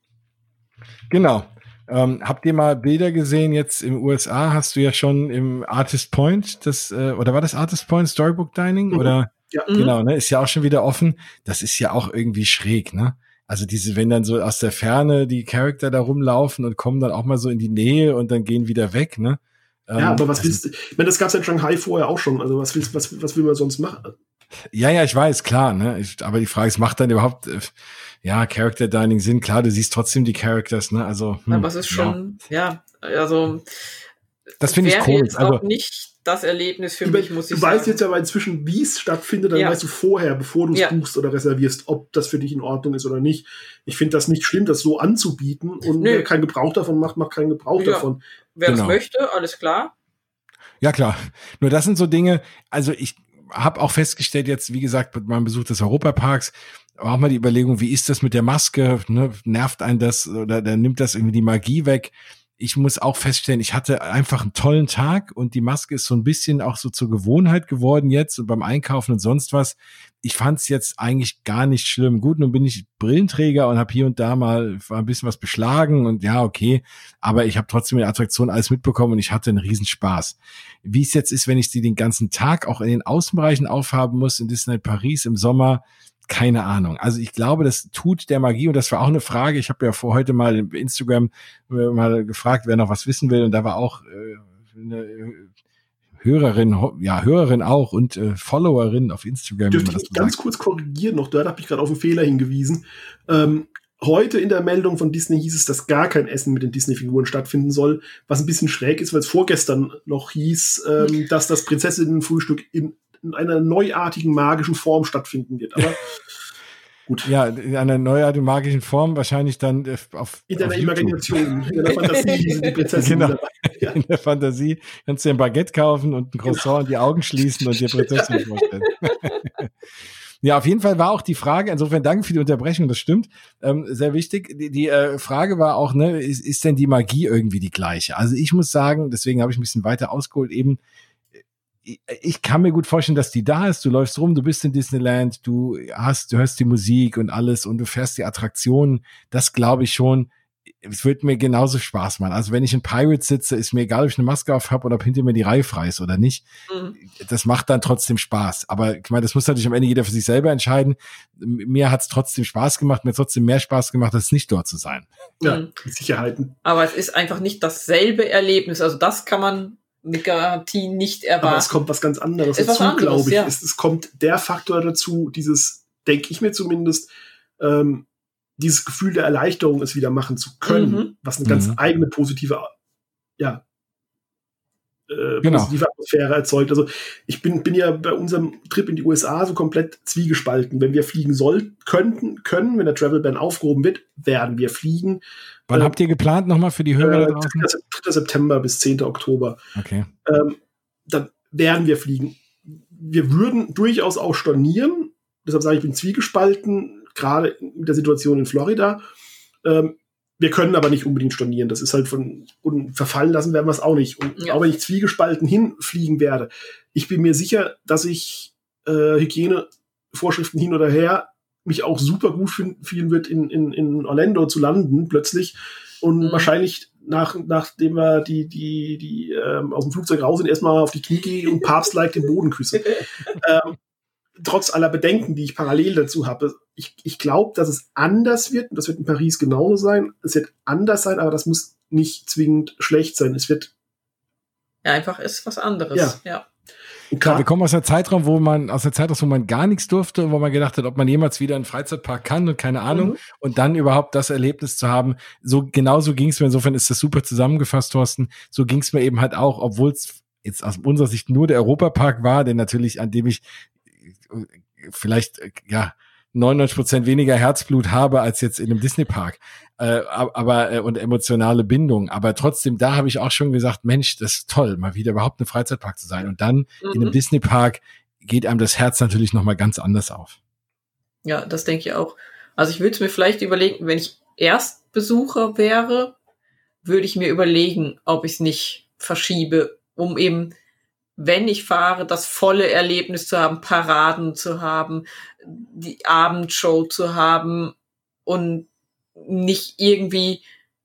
Genau. Habt ihr mal Bilder gesehen? Jetzt in den USA hast du ja schon im Artist Point, oder war das Artist Point Storybook Dining? Oder? Ja. Genau, ne? Ist ja auch schon wieder offen. Das ist ja auch irgendwie schräg, ne? Also wenn dann so aus der Ferne die Charakter da rumlaufen und kommen dann auch mal so in die Nähe und dann gehen wieder weg, ne? Ja, aber was willst du? Ich meine, das gab's ja in Shanghai vorher auch schon. Also was will man sonst machen? Ja, ich weiß, klar, ne? Aber die Frage ist, macht dann überhaupt Character Dining Sinn? Klar, du siehst trotzdem die Characters, ne? Also aber es ist schon, also das finde ich komisch. Jetzt auch nicht das Erlebnis für mich, muss ich sagen. Du weißt jetzt aber inzwischen, wie es stattfindet, dann weißt du vorher, bevor du es buchst oder reservierst, ob das für dich in Ordnung ist oder nicht. Ich finde das nicht schlimm, das so anzubieten und wer keinen Gebrauch davon macht keinen Gebrauch davon. Wer das möchte, alles klar. Ja, klar. Nur das sind so Dinge, also ich habe auch festgestellt jetzt, wie gesagt, mit meinem Besuch des Europaparks, auch mal die Überlegung, wie ist das mit der Maske, ne? Nervt einen das oder nimmt das irgendwie die Magie weg? ich muss auch feststellen, ich hatte einfach einen tollen Tag und die Maske ist so ein bisschen auch so zur Gewohnheit geworden jetzt und beim Einkaufen und sonst was. Ich fand es jetzt eigentlich gar nicht schlimm. Gut, nun bin ich Brillenträger und habe hier und da mal war ein bisschen was beschlagen und ja, okay. Aber ich habe trotzdem in der Attraktion alles mitbekommen und ich hatte einen Riesenspaß. Wie es jetzt ist, wenn ich sie den ganzen Tag auch in den Außenbereichen aufhaben muss, in Disneyland Paris im Sommer, keine Ahnung. Also ich glaube, das tut der Magie und das war auch eine Frage. Ich habe ja vor heute mal im Instagram mal gefragt, wer noch was wissen will und da war auch eine Hörerin auch und Followerin auf Instagram. Dürfte ich ganz kurz korrigieren noch, da habe ich gerade auf einen Fehler hingewiesen. Heute in der Meldung von Disney hieß es, dass gar kein Essen mit den Disney-Figuren stattfinden soll, was ein bisschen schräg ist, weil es vorgestern noch hieß, dass das Prinzessinnenfrühstück in einer neuartigen magischen Form stattfinden wird. Aber gut. Ja, in einer neuartigen magischen Form wahrscheinlich dann in deiner Imagination, in der Fantasie sind die Prinzessinnen genau. dabei. Ja. In der Fantasie kannst du dir ein Baguette kaufen und ein Croissant und die Augen schließen und dir Prinzessin vorstellen. Ja, auf jeden Fall war auch die Frage, insofern danke für die Unterbrechung, das stimmt, sehr wichtig. Die Frage war auch, ne, ist denn die Magie irgendwie die gleiche? Also ich muss sagen, deswegen habe ich ein bisschen weiter ausgeholt, eben, ich kann mir gut vorstellen, dass die da ist, du läufst rum, du bist in Disneyland, du hörst die Musik und alles und du fährst die Attraktionen, das glaube ich schon, es wird mir genauso Spaß machen. Also wenn ich in Pirates sitze, ist mir egal, ob ich eine Maske auf habe oder ob hinter mir die Reihe frei ist oder nicht. Das macht dann trotzdem Spaß. Aber ich meine, das muss natürlich am Ende jeder für sich selber entscheiden. Mir hat es trotzdem Spaß gemacht, mir hat trotzdem mehr Spaß gemacht, als nicht dort zu sein. Ja, mit Sicherheiten. Aber es ist einfach nicht dasselbe Erlebnis. Also das kann man mit Garantie nicht erwarten. Aber es kommt was ganz anderes dazu, glaube ich. Ja. Es kommt der Faktor dazu, denke ich mir zumindest, dieses Gefühl der Erleichterung, es wieder machen zu können, was eine ganz eigene positive, positive Atmosphäre erzeugt. Also ich bin ja bei unserem Trip in die USA so komplett zwiegespalten. Wenn wir fliegen können, wenn der Travel Ban aufgehoben wird, werden wir fliegen. Wann habt ihr geplant nochmal für die Hörer da draußen? 3. September bis 10. Oktober. Okay. Dann werden wir fliegen. Wir würden durchaus auch stornieren. Deshalb sage ich, ich bin zwiegespalten, gerade mit der Situation in Florida. Wir können aber nicht unbedingt stornieren. Das ist halt und verfallen lassen werden wir es auch nicht. Und auch wenn ich zwiegespalten hinfliegen werde, ich bin mir sicher, dass ich Hygienevorschriften hin oder her mich auch super gut fühlen wird, in Orlando zu landen plötzlich. Und wahrscheinlich nachdem wir die aus dem Flugzeug raus sind, erstmal auf die Knie gehe und papst-like den Boden küsse. Trotz aller Bedenken, die ich parallel dazu habe. Ich glaube, dass es anders wird, und das wird in Paris genauso sein. Es wird anders sein, aber das muss nicht zwingend schlecht sein. Es wird einfach ist was anderes. Ja. Klar, wir kommen aus der Zeitraum, wo man gar nichts durfte und wo man gedacht hat, ob man jemals wieder in einen Freizeitpark kann und keine Ahnung. Und dann überhaupt das Erlebnis zu haben. Genauso ging es mir, insofern ist das super zusammengefasst, Thorsten. So ging es mir eben halt auch, obwohl es jetzt aus unserer Sicht nur der Europapark war, denn natürlich, an dem ich vielleicht 99% weniger Herzblut habe als jetzt in einem Disney-Park, aber und emotionale Bindung. Aber trotzdem, da habe ich auch schon gesagt, Mensch, das ist toll, mal wieder überhaupt ein Freizeitpark zu sein. Und dann in einem Disney-Park geht einem das Herz natürlich nochmal ganz anders auf. Ja, das denke ich auch. Also ich würde es mir vielleicht überlegen, wenn ich Erstbesucher wäre, würde ich mir überlegen, ob ich es nicht verschiebe, um eben, wenn ich fahre, das volle Erlebnis zu haben, Paraden zu haben, die Abendshow zu haben und nicht irgendwie,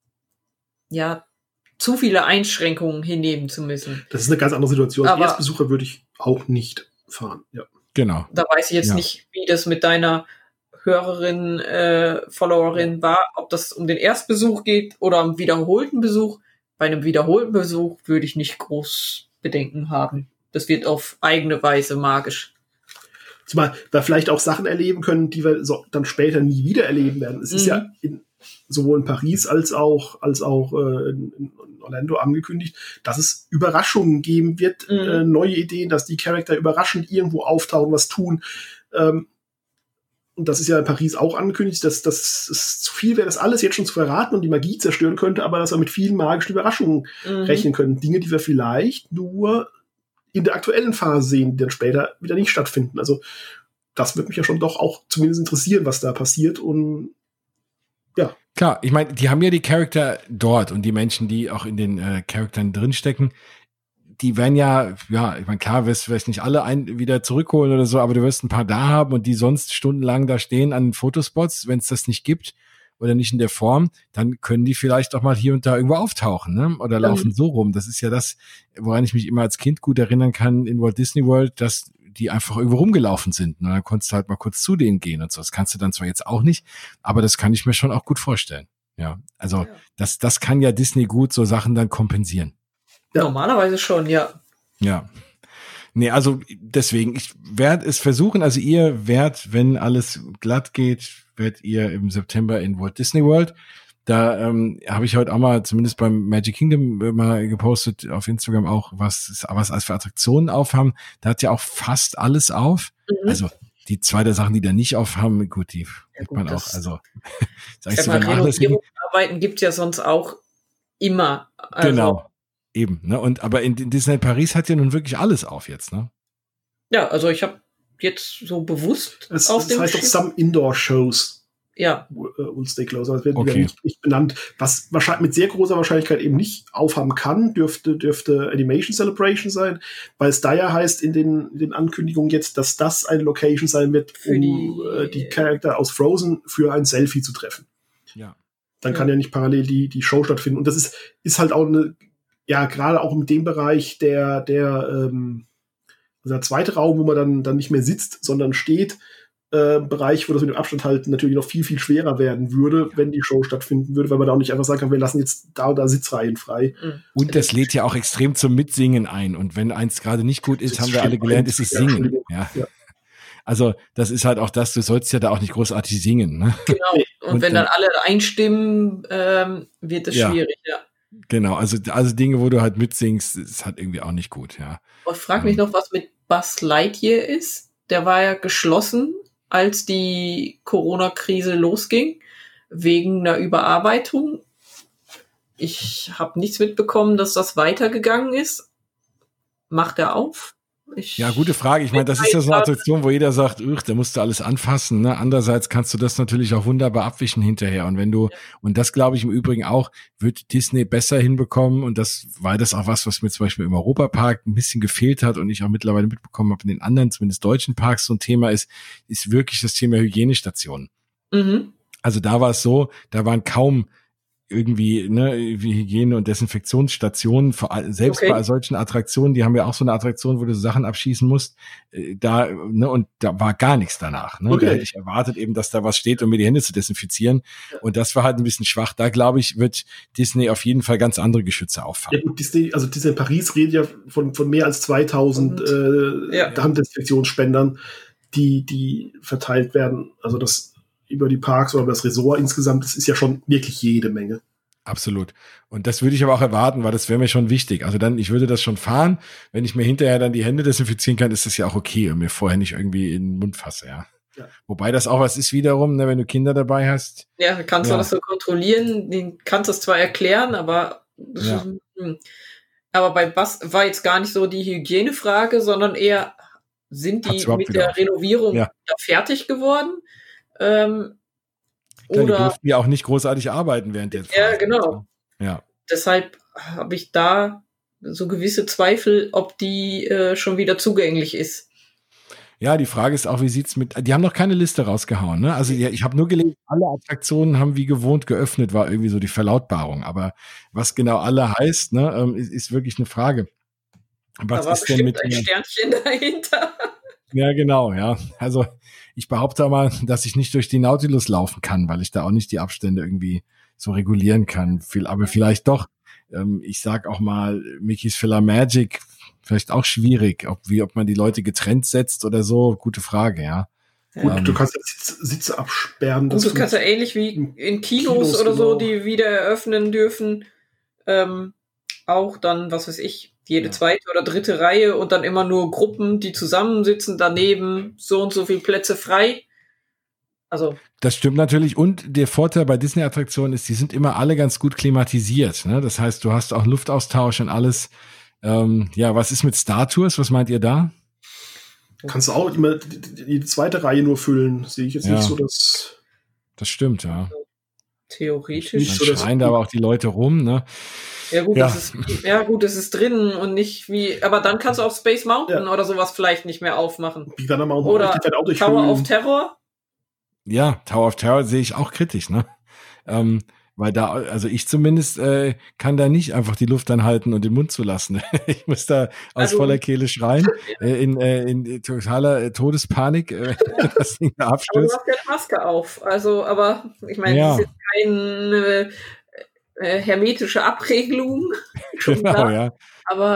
zu viele Einschränkungen hinnehmen zu müssen. Das ist eine ganz andere Situation. Als Erstbesucher würde ich auch nicht fahren. Ja. Genau. Da weiß ich jetzt nicht, wie das mit deiner Hörerin, Followerin war, ob das um den Erstbesuch geht oder um wiederholten Besuch. Bei einem wiederholten Besuch würde ich nicht groß Bedenken haben. Das wird auf eigene Weise magisch. Zumal wir vielleicht auch Sachen erleben können, die wir dann später nie wieder erleben werden. Es ist ja sowohl in Paris als auch in Orlando angekündigt, dass es Überraschungen geben wird, neue Ideen, dass die Charakter überraschend irgendwo auftauchen, was tun. Und das ist ja in Paris auch angekündigt, dass es zu viel wäre, das alles jetzt schon zu verraten und die Magie zerstören könnte, aber dass wir mit vielen magischen Überraschungen rechnen können. Dinge, die wir vielleicht nur in der aktuellen Phase sehen, die dann später wieder nicht stattfinden. Also das wird mich ja schon doch auch zumindest interessieren, was da passiert. Und Ja. Klar, ich meine, die haben ja die Charakter dort und die Menschen, die auch in den Charaktern drinstecken, die werden ja, ich meine, klar, wirst du vielleicht nicht alle wieder zurückholen oder so, aber du wirst ein paar da haben und die sonst stundenlang da stehen an den Fotospots, wenn es das nicht gibt oder nicht in der Form, dann können die vielleicht auch mal hier und da irgendwo auftauchen, ne? Oder laufen so rum. Das ist ja das, woran ich mich immer als Kind gut erinnern kann in Walt Disney World, dass die einfach irgendwo rumgelaufen sind. Und dann konntest du halt mal kurz zu denen gehen und so. Das kannst du dann zwar jetzt auch nicht, aber das kann ich mir schon auch gut vorstellen. Ja, also das kann ja Disney gut, so Sachen dann kompensieren. Ja. Normalerweise schon, ja. Ja. Nee, also deswegen, ich werde es versuchen, also ihr werdet, wenn alles glatt geht, werdet ihr im September in Walt Disney World. Da habe ich heute auch mal, zumindest beim Magic Kingdom mal gepostet, auf Instagram auch, was als für Attraktionen aufhaben. Da hat ja auch fast alles auf. Also die zwei der Sachen, die da nicht aufhaben, gut, die kriegt man auch, also Renovierungsarbeiten gibt es ja sonst auch immer. Also. Genau. Eben, ne? Und aber in Disney Paris hat ja nun wirklich alles auf jetzt, ne? Ja, also ich habe jetzt so bewusst auf dem heißt doch Some Indoor Shows. Ja. Will stay closed. Das wird nicht benannt. Was wahrscheinlich mit sehr großer Wahrscheinlichkeit eben nicht aufhaben kann, dürfte Animation Celebration sein, weil es da ja heißt in den Ankündigungen jetzt, dass das eine Location sein wird, um die Charakter aus Frozen für ein Selfie zu treffen. Ja. Dann kann ja nicht parallel die Show stattfinden. Und das ist halt auch eine, ja, gerade auch in dem Bereich der zweite Raum, wo man dann nicht mehr sitzt, sondern steht, Bereich, wo das mit dem Abstand halten natürlich noch viel, viel schwerer werden würde, wenn die Show stattfinden würde, weil man da auch nicht einfach sagen kann, wir lassen jetzt da und da Sitzreihen frei. Und das lädt ja auch extrem zum Mitsingen ein. Und wenn eins gerade nicht gut ist, haben wir alle gelernt, ist es Singen. Ja. Also das ist halt auch das, du sollst ja da auch nicht großartig singen. Ne? Genau, und wenn dann alle einstimmen, wird es schwierig, ja. Genau, also Dinge, wo du halt mitsingst, ist halt irgendwie auch nicht gut, ja. Ich frage mich noch, was mit Buzz Lightyear ist. Der war ja geschlossen, als die Corona-Krise losging, wegen einer Überarbeitung. Ich habe nichts mitbekommen, dass das weitergegangen ist. Macht er auf? Ja, gute Frage. Ich meine, das ist ja so eine Attraktion, wo jeder sagt, da musst du alles anfassen. Ne? Andererseits kannst du das natürlich auch wunderbar abwischen hinterher. Und wenn du, und das glaube ich im Übrigen auch, wird Disney besser hinbekommen. Und das war das auch was mir zum Beispiel im Europapark ein bisschen gefehlt hat und ich auch mittlerweile mitbekommen habe in den anderen, zumindest deutschen Parks, so ein Thema ist wirklich das Thema Hygienestationen. Mhm. Also da war es so, da waren kaum irgendwie, ne, wie Hygiene- und Desinfektionsstationen, selbst bei solchen Attraktionen, die haben ja auch so eine Attraktion, wo du Sachen abschießen musst, und da war gar nichts danach, ne? Da hätte ich erwartet eben, dass da was steht, um mir die Hände zu desinfizieren, und das war halt ein bisschen schwach. Da, glaube ich, wird Disney auf jeden Fall ganz andere Geschütze auffangen. Ja gut, Disney Paris redet ja von mehr als 2000 Handdesinfektionsspendern, die verteilt werden, also das über die Parks oder das Resort insgesamt, das ist ja schon wirklich jede Menge. Absolut. Und das würde ich aber auch erwarten, weil das wäre mir schon wichtig. Also ich würde das schon fahren. Wenn ich mir hinterher dann die Hände desinfizieren kann, ist das ja auch okay und mir vorher nicht irgendwie in den Mund fasse, ja. Wobei das auch was ist wiederum, ne, wenn du Kinder dabei hast. Ja, kannst du das so kontrollieren, den kannst du es zwar erklären, aber aber bei Buzz war jetzt gar nicht so die Hygienefrage, sondern eher, sind die mit der Renovierung da fertig geworden? Klar, die durften ja auch nicht großartig arbeiten während der Phase. Ja, genau. Ja. Deshalb habe ich da so gewisse Zweifel, ob die schon wieder zugänglich ist. Ja, die Frage ist auch, wie sieht's die haben noch keine Liste rausgehauen, ne? Also ich habe nur gelesen, alle Attraktionen haben wie gewohnt geöffnet, war irgendwie so die Verlautbarung. Aber was genau alle heißt, ne, ist wirklich eine Frage. Was da war ist denn mit ein Sternchen dahinter. Ja, genau, ja. Also ich behaupte mal, dass ich nicht durch die Nautilus laufen kann, weil ich da auch nicht die Abstände irgendwie so regulieren kann. Aber vielleicht doch. Ich sag auch mal, Mickey's PhilharMagic, vielleicht auch schwierig, ob man die Leute getrennt setzt oder so. Gute Frage, ja. Gut, du kannst jetzt Sitze absperren. Und du kannst ja ähnlich wie in Kinos oder so, die wieder eröffnen dürfen, auch dann, was weiß ich, jede zweite oder dritte Reihe und dann immer nur Gruppen, die zusammensitzen, daneben so und so viele Plätze frei. Also. Das stimmt natürlich. Und der Vorteil bei Disney-Attraktionen ist, die sind immer alle ganz gut klimatisiert. Ne? Das heißt, du hast auch Luftaustausch und alles. Was ist mit Star Tours? Was meint ihr da? Kannst du auch immer die zweite Reihe nur füllen. Sehe ich jetzt nicht so, dass. Das stimmt, ja. Theoretisch. Dann schreien da aber auch die Leute rum, ne? Ja gut, das ist drinnen und nicht wie, aber dann kannst du auf Space Mountain oder sowas vielleicht nicht mehr aufmachen. Oder Tower of Terror. Ja, Tower of Terror sehe ich auch kritisch, ne? Weil da, also ich zumindest kann da nicht einfach die Luft anhalten und den Mund zulassen. Ich muss da aus voller Kehle schreien, in totaler Todespanik, das Ding da abstürzt. Aber du hast ja Maske auf, also, aber ich meine, das ist jetzt keine hermetische Abriegelung. Genau, klar. Ja. Aber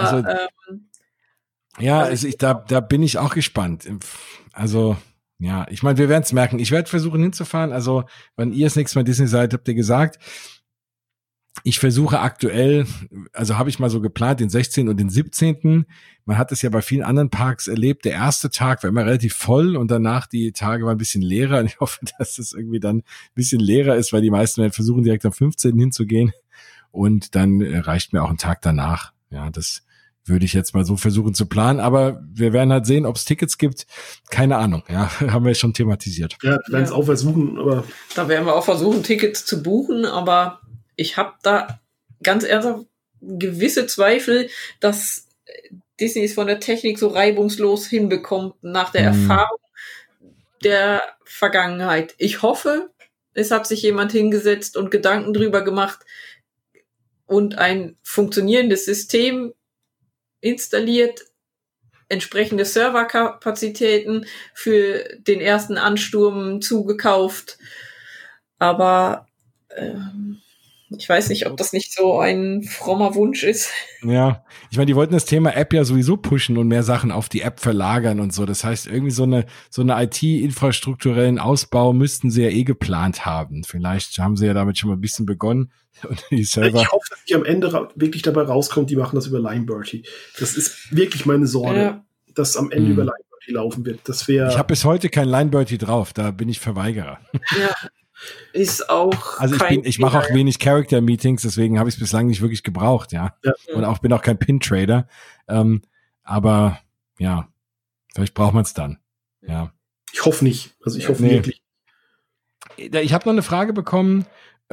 also da bin ich auch gespannt. Also ja, ich meine, wir werden es merken. Ich werde versuchen hinzufahren. Also, wenn ihr das nächste Mal Disney seid, habt ihr gesagt, ich versuche aktuell, also habe ich mal so geplant, den 16. und den 17. Man hat es ja bei vielen anderen Parks erlebt. Der erste Tag war immer relativ voll und danach die Tage waren ein bisschen leerer. Und ich hoffe, dass es irgendwie dann ein bisschen leerer ist, weil die meisten werden versuchen, direkt am 15. hinzugehen. Und dann reicht mir auch ein Tag danach. Ja, das würde ich jetzt mal so versuchen zu planen. Aber wir werden halt sehen, ob es Tickets gibt. Keine Ahnung. Ja, haben wir schon thematisiert. Ja, wir werden es auch versuchen. Aber da werden wir auch versuchen, Tickets zu buchen. Aber ich habe da ganz ernsthaft gewisse Zweifel, dass Disney es von der Technik so reibungslos hinbekommt nach der Erfahrung der Vergangenheit. Ich hoffe, es hat sich jemand hingesetzt und Gedanken drüber gemacht und ein funktionierendes System installiert, entsprechende Serverkapazitäten für den ersten Ansturm zugekauft. Aber ich weiß nicht, ob das nicht so ein frommer Wunsch ist. Ja, ich meine, die wollten das Thema App ja sowieso pushen und mehr Sachen auf die App verlagern und so. Das heißt, irgendwie so eine IT-infrastrukturellen Ausbau müssten sie ja geplant haben. Vielleicht haben sie ja damit schon mal ein bisschen begonnen. Und die Server. Ich hoffe, dass die am Ende wirklich dabei rauskommt, die machen das über Lineberty. Das ist wirklich meine Sorge, dass am Ende über Lineberty laufen wird. Das wäre. Ich habe bis heute kein Lineberty drauf, da bin ich Verweigerer. Ja. Ist auch. Also ich mache auch wenig Character-Meetings, deswegen habe ich es bislang nicht wirklich gebraucht, ja. Und bin auch kein Pin-Trader. Aber ja, vielleicht braucht man es dann. Ja. Ich hoffe nicht. Also ich hoffe wirklich. Ich habe noch eine Frage bekommen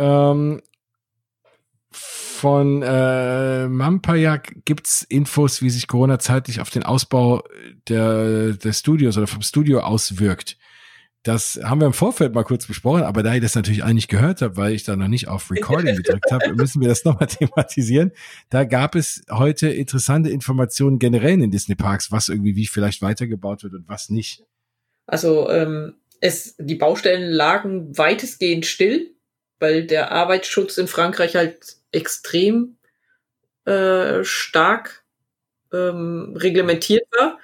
von Mampajak. Gibt's Infos, wie sich Corona zeitlich auf den Ausbau der Studios oder vom Studio auswirkt? Das haben wir im Vorfeld mal kurz besprochen, aber da ich das natürlich eigentlich gehört habe, weil ich da noch nicht auf Recording gedrückt habe, müssen wir das nochmal thematisieren. Da gab es heute interessante Informationen generell in den Disney-Parks, was irgendwie wie vielleicht weitergebaut wird und was nicht. Also die Baustellen lagen weitestgehend still, weil der Arbeitsschutz in Frankreich halt extrem stark reglementiert war,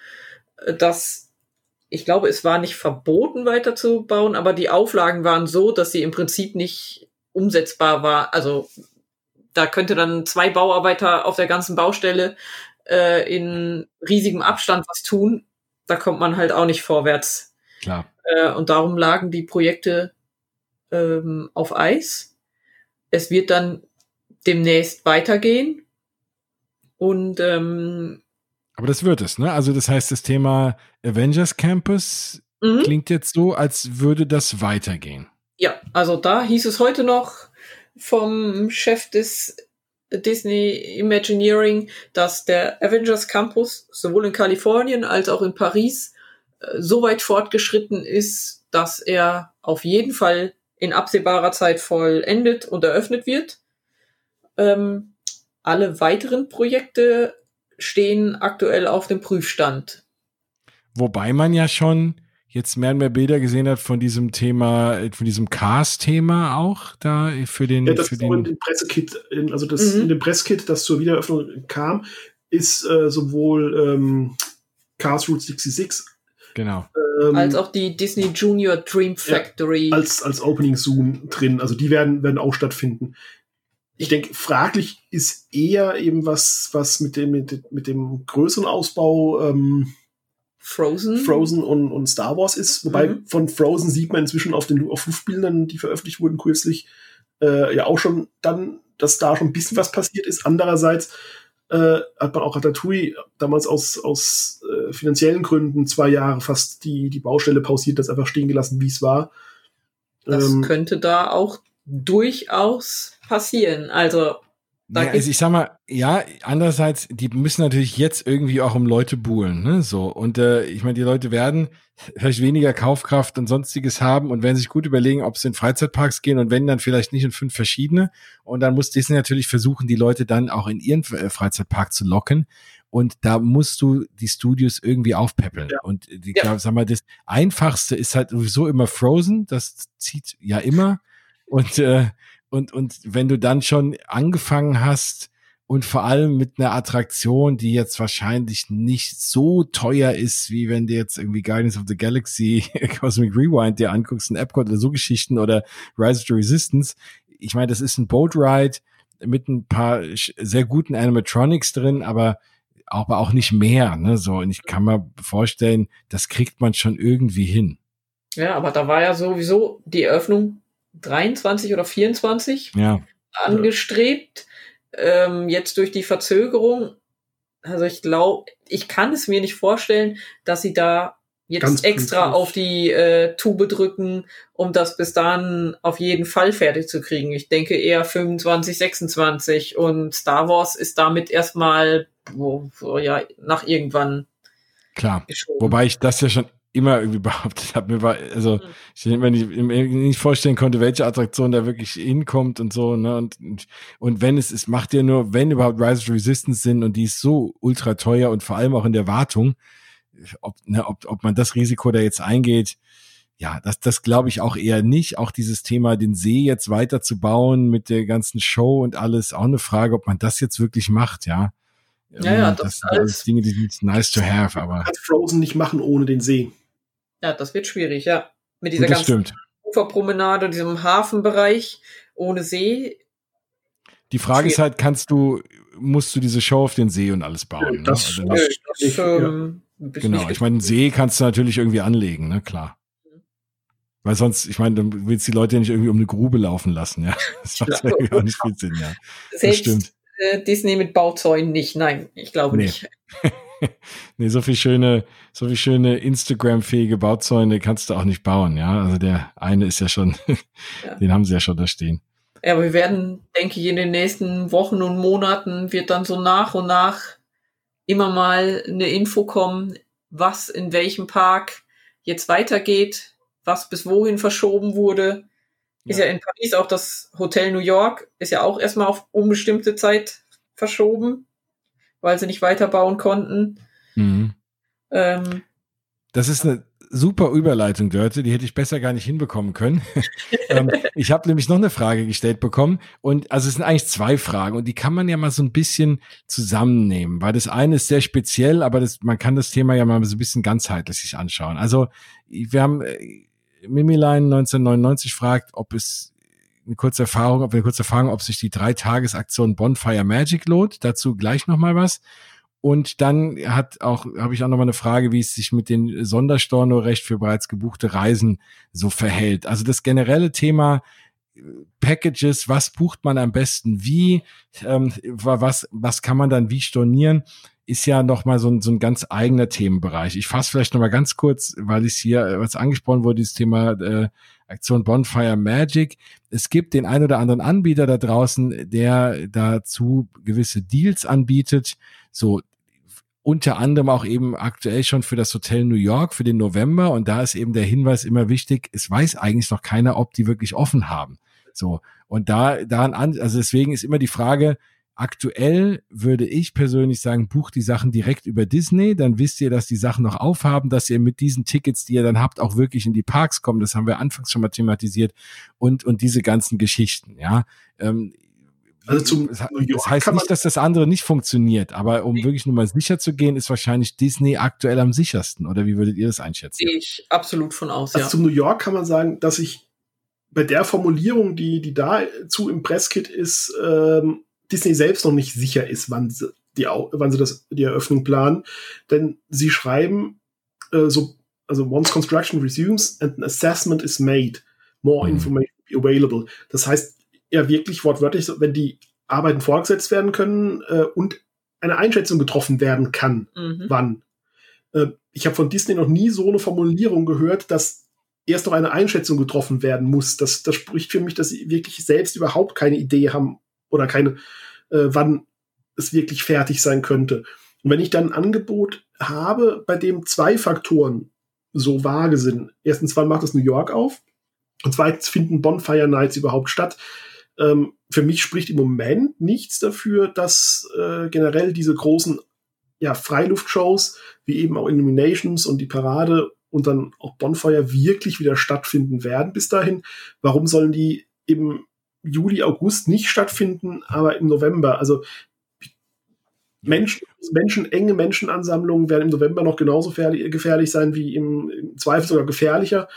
ich glaube, es war nicht verboten, weiterzubauen, aber die Auflagen waren so, dass sie im Prinzip nicht umsetzbar war. Also da könnte dann 2 Bauarbeiter auf der ganzen Baustelle in riesigem Abstand was tun. Da kommt man halt auch nicht vorwärts. Klar. Und darum lagen die Projekte auf Eis. Es wird dann demnächst weitergehen. Und aber das wird es, ne? Also das heißt, das Thema Avengers Campus klingt jetzt so, als würde das weitergehen. Ja, also da hieß es heute noch vom Chef des Disney Imagineering, dass der Avengers Campus sowohl in Kalifornien als auch in Paris so weit fortgeschritten ist, dass er auf jeden Fall in absehbarer Zeit vollendet und eröffnet wird. Alle weiteren Projekte stehen aktuell auf dem Prüfstand. Wobei man ja schon jetzt mehr und mehr Bilder gesehen hat von diesem Thema, von diesem Cars-Thema auch da für den. Ja, das ist auch in dem Pressekit, also das in dem Presskit, das zur Wiedereröffnung kam, ist sowohl Cars Route 66 genau. Als auch die Disney Junior Dream Factory. Als Opening Soon drin. Also die werden auch stattfinden. Ich denke, fraglich ist eher eben was mit dem größeren Ausbau Frozen und Star Wars ist. Wobei von Frozen sieht man inzwischen auf Luftbildern, die veröffentlicht wurden kürzlich, ja auch schon dann, dass da schon ein bisschen was passiert ist. Andererseits hat man auch Ratatouille damals aus finanziellen Gründen 2 Jahre fast die Baustelle pausiert, das einfach stehen gelassen, wie es war. Das könnte da auch durchaus passieren. Also also ich sag mal, ja, andererseits, die müssen natürlich jetzt irgendwie auch um Leute buhlen, ne, so. Und ich meine, die Leute werden vielleicht weniger Kaufkraft und Sonstiges haben und werden sich gut überlegen, ob sie in Freizeitparks gehen und wenn, dann vielleicht nicht in 5 verschiedene. Und dann muss Disney natürlich versuchen, die Leute dann auch in ihren Freizeitpark zu locken. Und da musst du die Studios irgendwie aufpäppeln. Ja. Und sag mal, das Einfachste ist halt sowieso immer Frozen, das zieht ja immer. Und wenn du dann schon angefangen hast und vor allem mit einer Attraktion, die jetzt wahrscheinlich nicht so teuer ist, wie wenn du jetzt irgendwie Guardians of the Galaxy Cosmic Rewind dir anguckst, ein Epcot oder so Geschichten oder Rise of the Resistance. Ich meine, das ist ein Boat Ride mit ein paar sehr guten Animatronics drin, aber auch nicht mehr, ne, so. Und ich kann mir vorstellen, das kriegt man schon irgendwie hin. Ja, aber da war ja sowieso die Eröffnung 23 oder 24 angestrebt. Jetzt durch die Verzögerung, also ich glaube, ich kann es mir nicht vorstellen, dass sie da jetzt ganz extra auf die Tube drücken, um das bis dahin auf jeden Fall fertig zu kriegen. Ich denke eher 25, 26 und Star Wars ist damit erstmal nach irgendwann. Klar, geschoben. Wobei ich das ja schon immer irgendwie behauptet habe, ich mir nicht vorstellen konnte, welche Attraktion da wirklich hinkommt und so, ne, und wenn es macht ja nur, wenn überhaupt Rise of the Resistance Sinn und die ist so ultra teuer und vor allem auch in der Wartung, ob man das Risiko da jetzt eingeht, ja, das glaube ich auch eher nicht. Auch dieses Thema, den See jetzt weiter zu bauen mit der ganzen Show und alles, auch eine Frage, ob man das jetzt wirklich macht, ja. Ja, das sind alles Dinge, die sind nice to have, aber. Man kann Frozen nicht machen ohne den See. Ja, das wird schwierig, ja. Mit dieser ganzen Uferpromenade, diesem Hafenbereich ohne See. Die Frage ist halt, musst du diese Show auf den See und alles bauen? Das, ne? Genau, ich meine, einen See kannst du natürlich irgendwie anlegen, ne, klar. Weil sonst, ich meine, du willst die Leute ja nicht irgendwie um eine Grube laufen lassen, ja. Das macht ja irgendwie auch nicht viel Sinn, ja. Selbst das stimmt. Disney mit Bauzäunen nicht, nein, ich glaube nicht. Nee, so viel schöne Instagram-fähige Bauzäune kannst du auch nicht bauen, ja. Also der eine ist ja schon, den haben sie ja schon da stehen. Ja, aber wir werden, denke ich, in den nächsten Wochen und Monaten wird dann so nach und nach immer mal eine Info kommen, was in welchem Park jetzt weitergeht, was bis wohin verschoben wurde. Ist ja in Paris auch das Hotel New York, ist ja auch erstmal auf unbestimmte Zeit verschoben, weil sie nicht weiterbauen konnten. Mhm. Das ist eine super Überleitung, Dörte, die hätte ich besser gar nicht hinbekommen können. Ich habe nämlich noch eine Frage gestellt bekommen und also es sind eigentlich 2 Fragen und die kann man ja mal so ein bisschen zusammennehmen, weil das eine ist sehr speziell, aber man kann das Thema ja mal so ein bisschen ganzheitlich sich anschauen. Also wir haben Mimilein 1999 fragt, ob wir eine kurze Erfahrung, ob sich die 3-Tages-Aktion Bonfire Magic lohnt. Dazu gleich nochmal was. Und dann habe ich auch nochmal eine Frage, wie es sich mit den Sonderstornorecht für bereits gebuchte Reisen so verhält. Also das generelle Thema Packages, was bucht man am besten wie, was kann man dann wie stornieren, ist ja nochmal so ein ganz eigener Themenbereich. Ich fasse vielleicht nochmal ganz kurz, weil es hier, was angesprochen wurde, dieses Thema Aktion Bonfire Magic. Es gibt den ein oder anderen Anbieter da draußen, der dazu gewisse Deals anbietet, so unter anderem auch eben aktuell schon für das Hotel New York für den November. Und da ist eben der Hinweis immer wichtig, es weiß eigentlich noch keiner, ob die wirklich offen haben. So. Und also deswegen ist immer die Frage, aktuell würde ich persönlich sagen, bucht die Sachen direkt über Disney, dann wisst ihr, dass die Sachen noch aufhaben, dass ihr mit diesen Tickets, die ihr dann habt, auch wirklich in die Parks kommt. Das haben wir anfangs schon mal thematisiert und diese ganzen Geschichten, ja. Also das heißt nicht, dass das andere nicht funktioniert, aber um wirklich nur mal sicher zu gehen, ist wahrscheinlich Disney aktuell am sichersten. Oder wie würdet ihr das einschätzen? Gehe ich absolut von aus, also zum New York kann man sagen, dass ich bei der Formulierung, die dazu im Presskit ist, Disney selbst noch nicht sicher ist, wann sie die Eröffnung planen. Denn sie schreiben also once construction resumes and an assessment is made, more information will be available. Das heißt ja wirklich wortwörtlich, wenn die Arbeiten fortgesetzt werden können und eine Einschätzung getroffen werden kann, wann. Ich habe von Disney noch nie so eine Formulierung gehört, dass erst noch eine Einschätzung getroffen werden muss. Das spricht für mich, dass sie wirklich selbst überhaupt keine Idee haben oder keine, wann es wirklich fertig sein könnte. Und wenn ich dann ein Angebot habe, bei dem 2 Faktoren so vage sind. Erstens, wann macht es New York auf? Und zweitens, finden Bonfire Nights überhaupt statt? Für mich spricht im Moment nichts dafür, dass generell diese großen Freiluftshows, wie eben auch Illuminations und die Parade und dann auch Bonfire wirklich wieder stattfinden werden bis dahin. Warum sollen die im Juli, August nicht stattfinden, aber im November? Also enge Menschenansammlungen werden im November noch genauso gefährlich sein, wie im Zweifel sogar gefährlicher,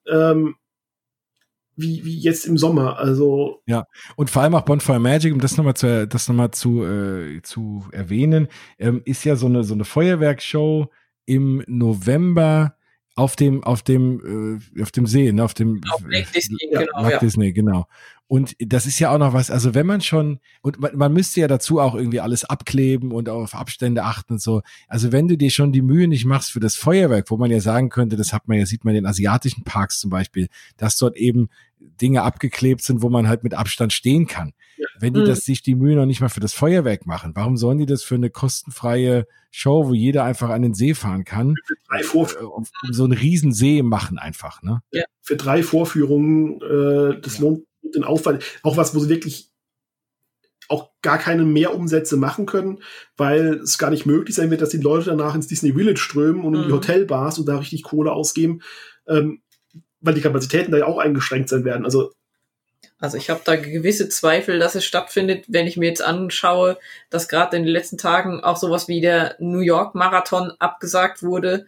wie jetzt im Sommer. Also ja, und vor allem auch Bonfire Magic, um das nochmal zu erwähnen, ist ja so eine Feuerwerksshow im November auf dem See, ne, auf Lake Disney, Lake Disney, genau. Und das ist ja auch noch was, also wenn man schon, und man müsste ja dazu auch irgendwie alles abkleben und auf Abstände achten und so. Also wenn du dir schon die Mühe nicht machst für das Feuerwerk, wo man ja sagen könnte, sieht man in den asiatischen Parks zum Beispiel, dass dort eben Dinge abgeklebt sind, wo man halt mit Abstand stehen kann. Ja. Wenn die sich die Mühe noch nicht mal für das Feuerwerk machen, warum sollen die das für eine kostenfreie Show, wo jeder einfach an den See fahren kann, so einen riesen See machen einfach, ne? Ja. Für 3 Vorführungen, das lohnt den Aufwand. Auch was, wo sie wirklich auch gar keine Mehrumsätze machen können, weil es gar nicht möglich sein wird, dass die Leute danach ins Disney Village strömen und in die Hotelbars und da richtig Kohle ausgeben, weil die Kapazitäten da ja auch eingeschränkt sein werden. Also ich habe da gewisse Zweifel, dass es stattfindet, wenn ich mir jetzt anschaue, dass gerade in den letzten Tagen auch sowas wie der New York Marathon abgesagt wurde,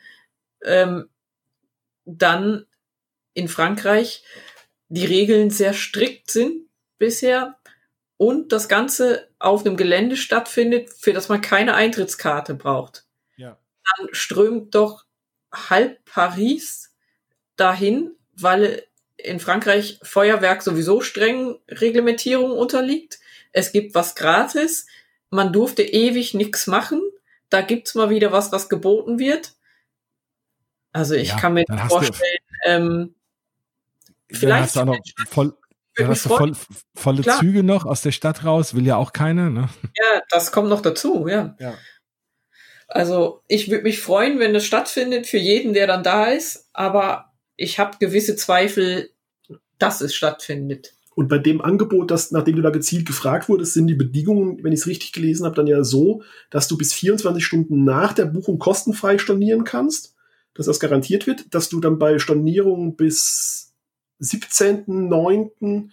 dann in Frankreich die Regeln sehr strikt sind bisher und das Ganze auf einem Gelände stattfindet, für das man keine Eintrittskarte braucht. Ja. Dann strömt doch halb Paris dahin, weil in Frankreich Feuerwerk sowieso strengen Reglementierungen unterliegt. Es gibt was gratis. Man durfte ewig nichts machen. Da gibt's mal wieder was geboten wird. Also ich kann mir nicht vorstellen, vielleicht hast du volle Züge noch aus der Stadt raus, will ja auch keiner, ne? Ja, das kommt noch dazu, ja. Also ich würde mich freuen, wenn es stattfindet für jeden, der dann da ist, aber ich habe gewisse Zweifel, dass es stattfindet. Und bei dem Angebot, nachdem du da gezielt gefragt wurdest, sind die Bedingungen, wenn ich es richtig gelesen habe, dann ja so, dass du bis 24 Stunden nach der Buchung kostenfrei stornieren kannst, dass das garantiert wird, dass du dann bei Stornierung bis 17.09.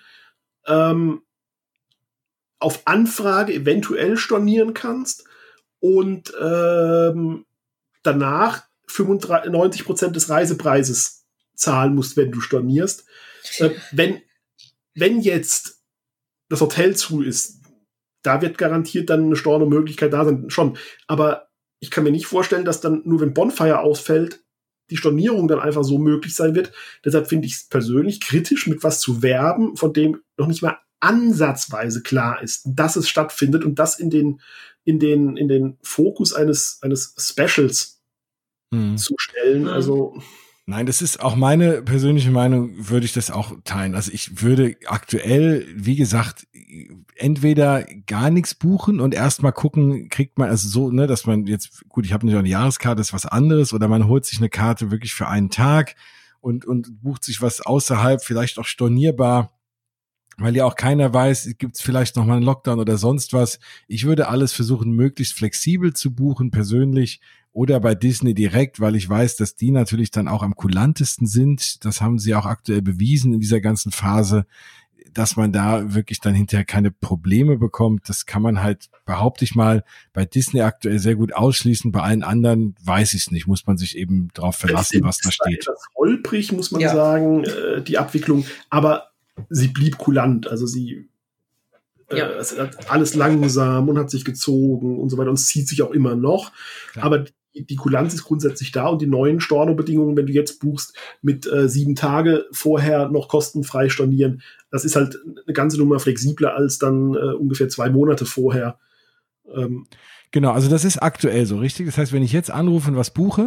Auf Anfrage eventuell stornieren kannst und danach 90% des Reisepreises zahlen musst, wenn du stornierst. Wenn jetzt das Hotel zu ist, da wird garantiert dann eine Stornomöglichkeit da sein, schon. Aber ich kann mir nicht vorstellen, dass dann nur wenn Bonfire ausfällt, die Stornierung dann einfach so möglich sein wird. Deshalb finde ich es persönlich kritisch, mit was zu werben, von dem noch nicht mal ansatzweise klar ist, dass es stattfindet und das in den Fokus eines Specials zu stellen. Also nein, das ist auch meine persönliche Meinung, würde ich das auch teilen. Also ich würde aktuell, wie gesagt, entweder gar nichts buchen und erstmal gucken, kriegt man also so, ne, dass man jetzt, gut, ich habe nicht auch eine Jahreskarte, ist was anderes, oder man holt sich eine Karte wirklich für einen Tag und bucht sich was außerhalb, vielleicht auch stornierbar, weil ja auch keiner weiß, gibt es vielleicht noch mal einen Lockdown oder sonst was. Ich würde alles versuchen, möglichst flexibel zu buchen, persönlich, oder bei Disney direkt, weil ich weiß, dass die natürlich dann auch am kulantesten sind. Das haben sie auch aktuell bewiesen in dieser ganzen Phase, dass man da wirklich dann hinterher keine Probleme bekommt. Das kann man halt, behaupte ich mal, bei Disney aktuell sehr gut ausschließen. Bei allen anderen weiß ich es nicht. Muss man sich eben darauf verlassen, was da steht. Etwas holprig, muss man sagen, die Abwicklung. Aber sie blieb kulant. Also es hat alles langsam und hat sich gezogen und so weiter. Und es zieht sich auch immer noch. Klar. Aber die Kulanz ist grundsätzlich da und die neuen Stornobedingungen, wenn du jetzt buchst, mit 7 Tage vorher noch kostenfrei stornieren, das ist halt eine ganze Nummer flexibler als dann ungefähr 2 Monate vorher. Genau, also das ist aktuell so, richtig? Das heißt, wenn ich jetzt anrufe und was buche,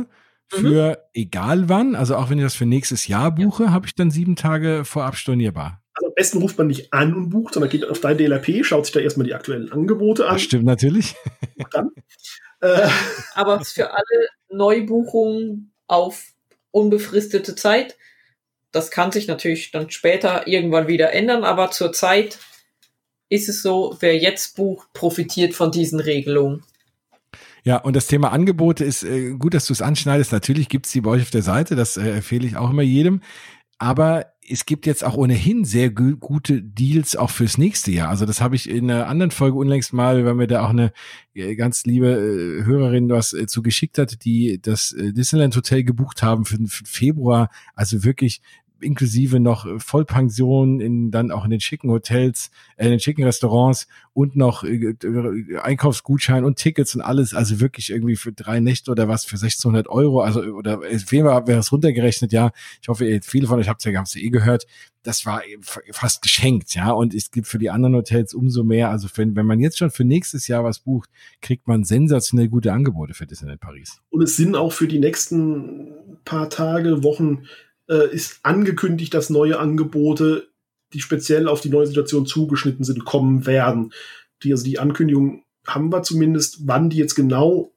für egal wann, also auch wenn ich das für nächstes Jahr buche, habe ich dann 7 Tage vorab stornierbar. Also am besten ruft man nicht an und bucht, sondern geht auf dein DLRP, schaut sich da erstmal die aktuellen Angebote an. Das stimmt natürlich. Dann, aber für alle Neubuchungen auf unbefristete Zeit, das kann sich natürlich dann später irgendwann wieder ändern, aber zurzeit ist es so, wer jetzt bucht, profitiert von diesen Regelungen. Ja, und das Thema Angebote ist gut, dass du es anschneidest. Natürlich gibt's die bei euch auf der Seite, das empfehle ich auch immer jedem. Aber es gibt jetzt auch ohnehin sehr gute Deals auch fürs nächste Jahr. Also das habe ich in einer anderen Folge unlängst mal, weil mir da auch eine ganz liebe Hörerin was zugeschickt hat, die das Disneyland Hotel gebucht haben für Februar. Also wirklich inklusive noch Vollpension dann auch in den schicken Hotels, in den schicken Restaurants und noch Einkaufsgutschein und Tickets und alles, also wirklich irgendwie für 3 Nächte oder was für 1.600 €, also oder wäre es runtergerechnet, ja. Ich hoffe, viele von euch habt es ja gehört. Das war fast geschenkt, ja. Und es gibt für die anderen Hotels umso mehr. Also wenn man jetzt schon für nächstes Jahr was bucht, kriegt man sensationell gute Angebote für Disneyland Paris. Und es sind auch für die nächsten paar Tage, Wochen ist angekündigt, dass neue Angebote, die speziell auf die neue Situation zugeschnitten sind, kommen werden. Die Ankündigung haben wir zumindest, wann die jetzt genau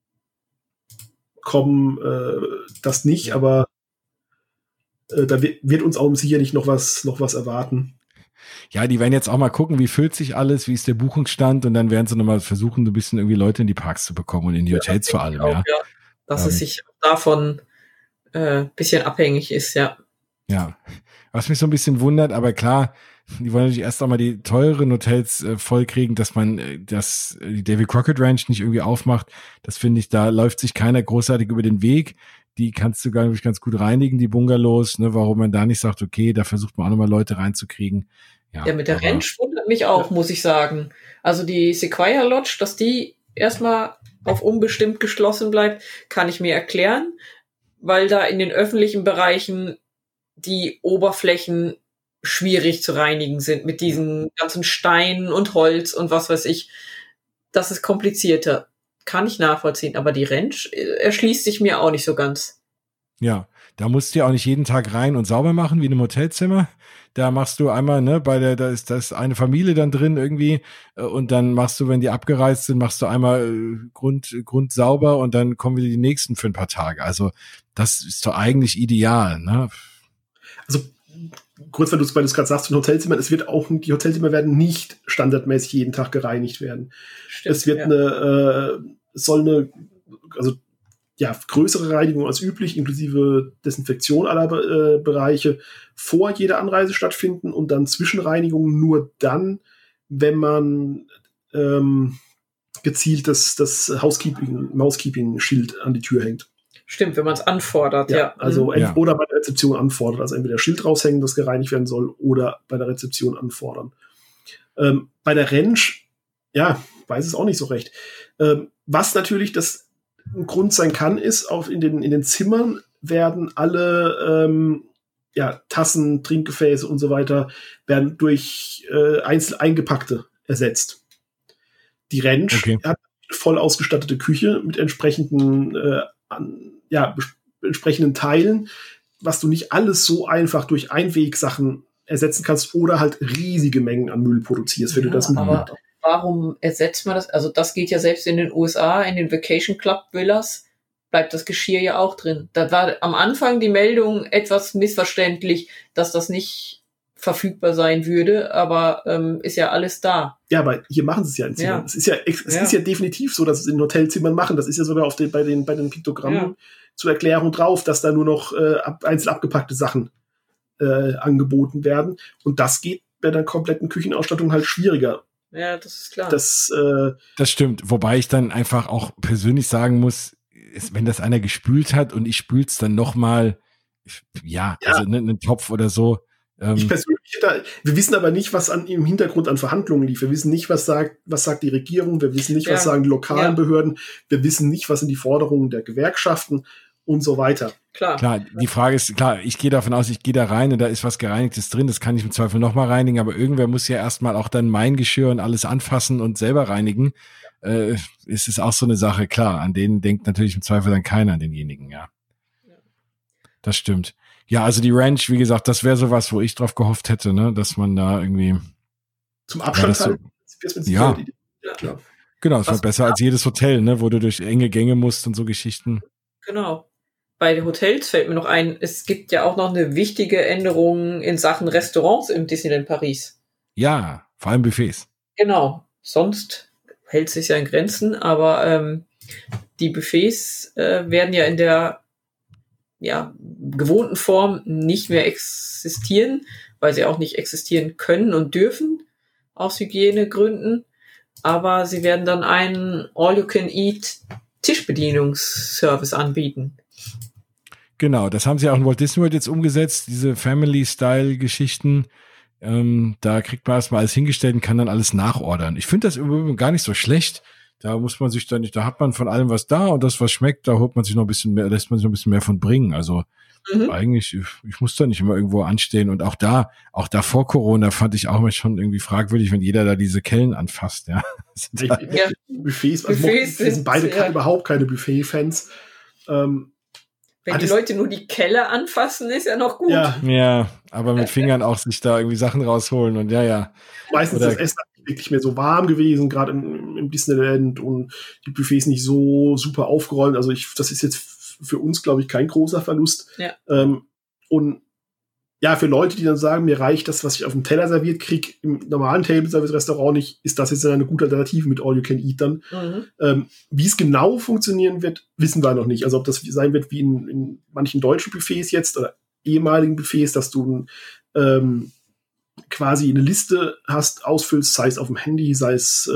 kommen, das nicht, aber da wird uns auch sicherlich noch was erwarten. Ja, die werden jetzt auch mal gucken, wie füllt sich alles, wie ist der Buchungsstand und dann werden sie nochmal versuchen, so ein bisschen irgendwie Leute in die Parks zu bekommen und in die Hotels vor allem. Ja, dass es sich davon bisschen abhängig ist, ja. Ja, was mich so ein bisschen wundert, aber klar, die wollen natürlich erst einmal die teureren Hotels vollkriegen, dass man die Davy Crockett Ranch nicht irgendwie aufmacht. Das finde ich, da läuft sich keiner großartig über den Weg. Die kannst du gar nicht ganz gut reinigen, die Bungalows, ne, warum man da nicht sagt, okay, da versucht man auch nochmal Leute reinzukriegen. Ja, mit der Ranch wundert mich auch, muss ich sagen. Also die Sequoia Lodge, dass die erstmal auf unbestimmt geschlossen bleibt, kann ich mir erklären, weil da in den öffentlichen Bereichen die Oberflächen schwierig zu reinigen sind mit diesen ganzen Steinen und Holz und was weiß ich. Das ist komplizierter. Kann ich nachvollziehen, aber die Ranch erschließt sich mir auch nicht so ganz. Ja, da musst du ja auch nicht jeden Tag rein und sauber machen wie in einem Hotelzimmer. Da machst du einmal, ne, da ist eine Familie dann drin irgendwie und dann machst du, wenn die abgereist sind, machst du einmal Grund sauber und dann kommen wieder die nächsten für ein paar Tage. Also das ist doch eigentlich ideal, ne? Also kurz, weil du es gerade sagst, in Hotelzimmern, die Hotelzimmer werden nicht standardmäßig jeden Tag gereinigt werden. Stimmt, es wird größere Reinigung als üblich, inklusive Desinfektion aller Bereiche, vor jeder Anreise stattfinden und dann Zwischenreinigungen nur dann, wenn man gezielt das Housekeeping-Schild an die Tür hängt. Stimmt, wenn man es anfordert, ja. Also oder bei der Rezeption anfordert, also entweder Schild raushängen, das gereinigt werden soll, oder bei der Rezeption anfordern. Bei der Ranch, ja, weiß es auch nicht so recht. Was natürlich das ein Grund sein kann, ist, in den Zimmern werden alle Tassen, Trinkgefäße und so weiter werden durch einzeln eingepackte ersetzt. Die Ranch hat eine voll ausgestattete Küche mit entsprechenden Teilen, was du nicht alles so einfach durch Einwegsachen ersetzen kannst oder halt riesige Mengen an Müll produzierst, wenn du das mit. Aber warum ersetzt man das? Also das geht ja selbst in den USA, in den Vacation Club Villas bleibt das Geschirr ja auch drin. Da war am Anfang die Meldung etwas missverständlich, dass das nicht verfügbar sein würde, aber ist ja alles da. Ja, aber hier machen sie es ja in Zimmern. Es ist ja definitiv so, dass sie es in Hotelzimmern machen. Das ist ja sogar bei den Piktogrammen zur Erklärung drauf, dass da nur noch einzeln abgepackte Sachen angeboten werden. Und das geht bei der kompletten Küchenausstattung halt schwieriger. Ja, das ist klar. Das stimmt. Wobei ich dann einfach auch persönlich sagen muss, wenn das einer gespült hat und ich spül's dann nochmal, also einen Topf oder so. Ich persönlich, wir wissen aber nicht, was im Hintergrund an Verhandlungen lief. Wir wissen nicht, was sagt die Regierung. Wir wissen nicht, was sagen die lokalen Behörden. Wir wissen nicht, was sind die Forderungen der Gewerkschaften und so weiter. Klar, die Frage ist, ich gehe davon aus, ich gehe da rein und da ist was Gereinigtes drin. Das kann ich im Zweifel nochmal reinigen, aber irgendwer muss ja erstmal auch dann mein Geschirr und alles anfassen und selber reinigen. Es ist auch so eine Sache, klar, an denen denkt natürlich im Zweifel dann keiner, an denjenigen, ja. Das stimmt. Ja, also die Ranch, wie gesagt, das wäre sowas, wo ich drauf gehofft hätte, ne, dass man da irgendwie zum Abstand halt. Ja, klar. Genau, es war besser als jedes Hotel, ne, wo du durch enge Gänge musst und so Geschichten. Genau. Bei den Hotels fällt mir noch ein, es gibt ja auch noch eine wichtige Änderung in Sachen Restaurants im Disneyland Paris. Ja, vor allem Buffets. Genau. Sonst hält es sich ja in Grenzen, aber die Buffets werden ja in der gewohnten Form nicht mehr existieren, weil sie auch nicht existieren können und dürfen, aus Hygienegründen. Aber sie werden dann einen All-You-Can-Eat-Tischbedienungsservice anbieten. Genau, das haben sie auch in Walt Disney World jetzt umgesetzt, diese Family-Style-Geschichten. Da kriegt man erstmal alles hingestellt und kann dann alles nachordern. Ich finde das übrigens gar nicht so schlecht. Da muss man sich dann nicht, da hat man von allem was da und das, was schmeckt, da holt man sich noch ein bisschen mehr, lässt man sich noch ein bisschen mehr von bringen. Also eigentlich, ich muss da nicht immer irgendwo anstehen. Und auch da vor Corona fand ich auch mal schon irgendwie fragwürdig, wenn jeder da diese Kellen anfasst, ja. Buffets, wir sind beide überhaupt keine Buffet-Fans. Wenn die Leute nur die Kelle anfassen, ist ja noch gut. Ja, aber mit Fingern auch sich da irgendwie Sachen rausholen und Meistens ist das Essen wirklich mehr so warm gewesen, gerade im Disneyland, und die Buffets nicht so super aufgerollt. Also das ist jetzt für uns, glaube ich, kein großer Verlust. Ja. Und ja, für Leute, die dann sagen, mir reicht das, was ich auf dem Teller serviert kriege, im normalen Table-Service-Restaurant nicht, ist das jetzt eine gute Alternative mit All-You-Can-Eat dann. Wie es genau funktionieren wird, wissen wir noch nicht. Also ob das sein wird wie in manchen deutschen Buffets jetzt oder ehemaligen Buffets, dass du quasi eine Liste hast, ausfüllst, sei es auf dem Handy, sei es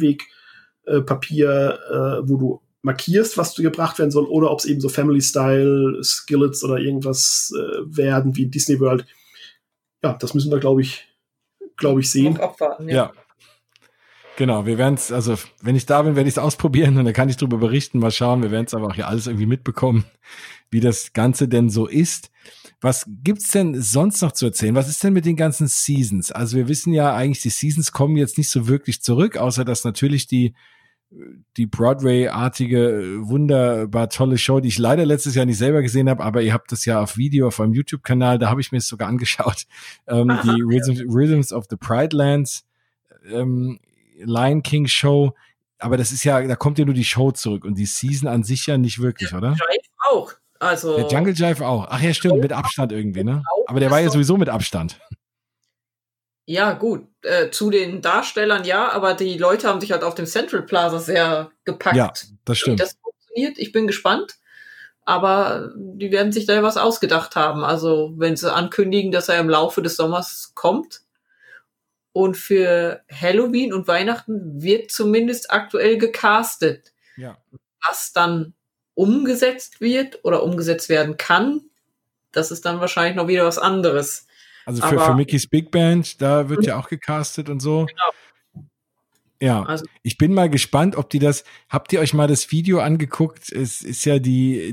Einwegpapier, wo du markierst, was du gebracht werden soll, oder ob es eben so Family-Style, Skillets oder irgendwas werden wie Disney World. Ja, das müssen wir, glaube ich sehen. Noch abwarten, ja. Genau, wir werden es, also wenn ich da bin, werde ich es ausprobieren und dann kann ich darüber berichten, mal schauen. Wir werden es aber auch hier alles irgendwie mitbekommen, wie das Ganze denn so ist. Was gibt's denn sonst noch zu erzählen? Was ist denn mit den ganzen Seasons? Also wir wissen ja eigentlich, die Seasons kommen jetzt nicht so wirklich zurück, außer dass natürlich die Broadway-artige, wunderbar tolle Show, die ich leider letztes Jahr nicht selber gesehen habe, aber ihr habt das ja auf Video auf eurem YouTube-Kanal, da habe ich mir es sogar angeschaut. Die Rhythms of the Pride Lands, Lion King Show, aber das ist ja, da kommt ja nur die Show zurück und die Season an sich ja nicht wirklich, oder? Jive auch. Also der Jungle Jive auch. Ach ja, stimmt, mit Abstand irgendwie, ne? Aber der war ja sowieso mit Abstand. Ja, gut. Zu den Darstellern ja, aber die Leute haben sich halt auf dem Central Plaza sehr gepackt. Ja, das stimmt. Wie das funktioniert, ich bin gespannt. Aber die werden sich da was ausgedacht haben. Also, wenn sie ankündigen, dass er im Laufe des Sommers kommt. Und für Halloween und Weihnachten wird zumindest aktuell gecastet. Ja. Was dann umgesetzt wird oder umgesetzt werden kann, das ist dann wahrscheinlich noch wieder was anderes. Also für Mickey's Big Band, da wird ja auch gecastet und so. Genau. Ja, also, ich bin mal gespannt, ob habt ihr euch mal das Video angeguckt? Es ist ja die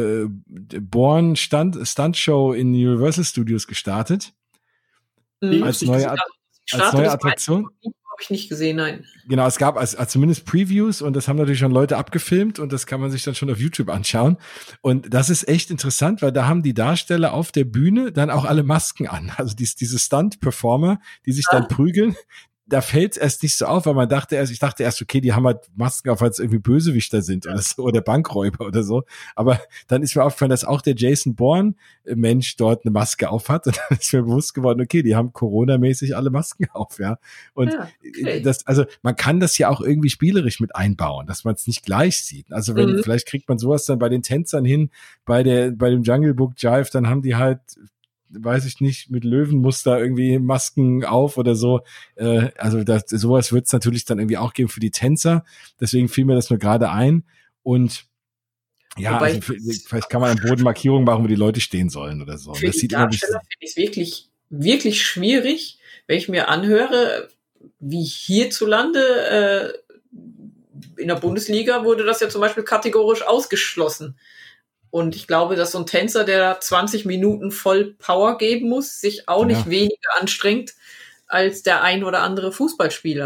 Born Stunt-Show in Universal Studios gestartet. Als neue Attraktion. Habe ich nicht gesehen, nein. Genau, es gab also zumindest Previews und das haben natürlich schon Leute abgefilmt und das kann man sich dann schon auf YouTube anschauen. Und das ist echt interessant, weil da haben die Darsteller auf der Bühne dann auch alle Masken an. Also diese Stunt-Performer, die sich dann prügeln. Da fällt es erst nicht so auf, weil ich dachte erst, okay, die haben halt Masken auf, weil es irgendwie Bösewichter sind oder so, oder Bankräuber oder so. Aber dann ist mir aufgefallen, dass auch der Jason Bourne-Mensch dort eine Maske auf hat. Und dann ist mir bewusst geworden, okay, die haben Corona-mäßig alle Masken auf, ja. Und also man kann das ja auch irgendwie spielerisch mit einbauen, dass man es nicht gleich sieht. Also vielleicht kriegt man sowas dann bei den Tänzern hin, bei dem Jungle Book Jive, dann haben die halt, weiß ich nicht, mit Löwenmuster irgendwie Masken auf oder so. Also sowas wird es natürlich dann irgendwie auch geben für die Tänzer. Deswegen fiel mir das nur gerade ein. Und ja, also vielleicht kann man am Boden Markierungen machen, wo die Leute stehen sollen oder so. Für das die Darsteller finde ich es wirklich, wirklich schwierig, wenn ich mir anhöre, wie hierzulande in der Bundesliga wurde das ja zum Beispiel kategorisch ausgeschlossen. Und ich glaube, dass so ein Tänzer, der 20 Minuten voll Power geben muss, sich auch nicht weniger anstrengt als der ein oder andere Fußballspieler.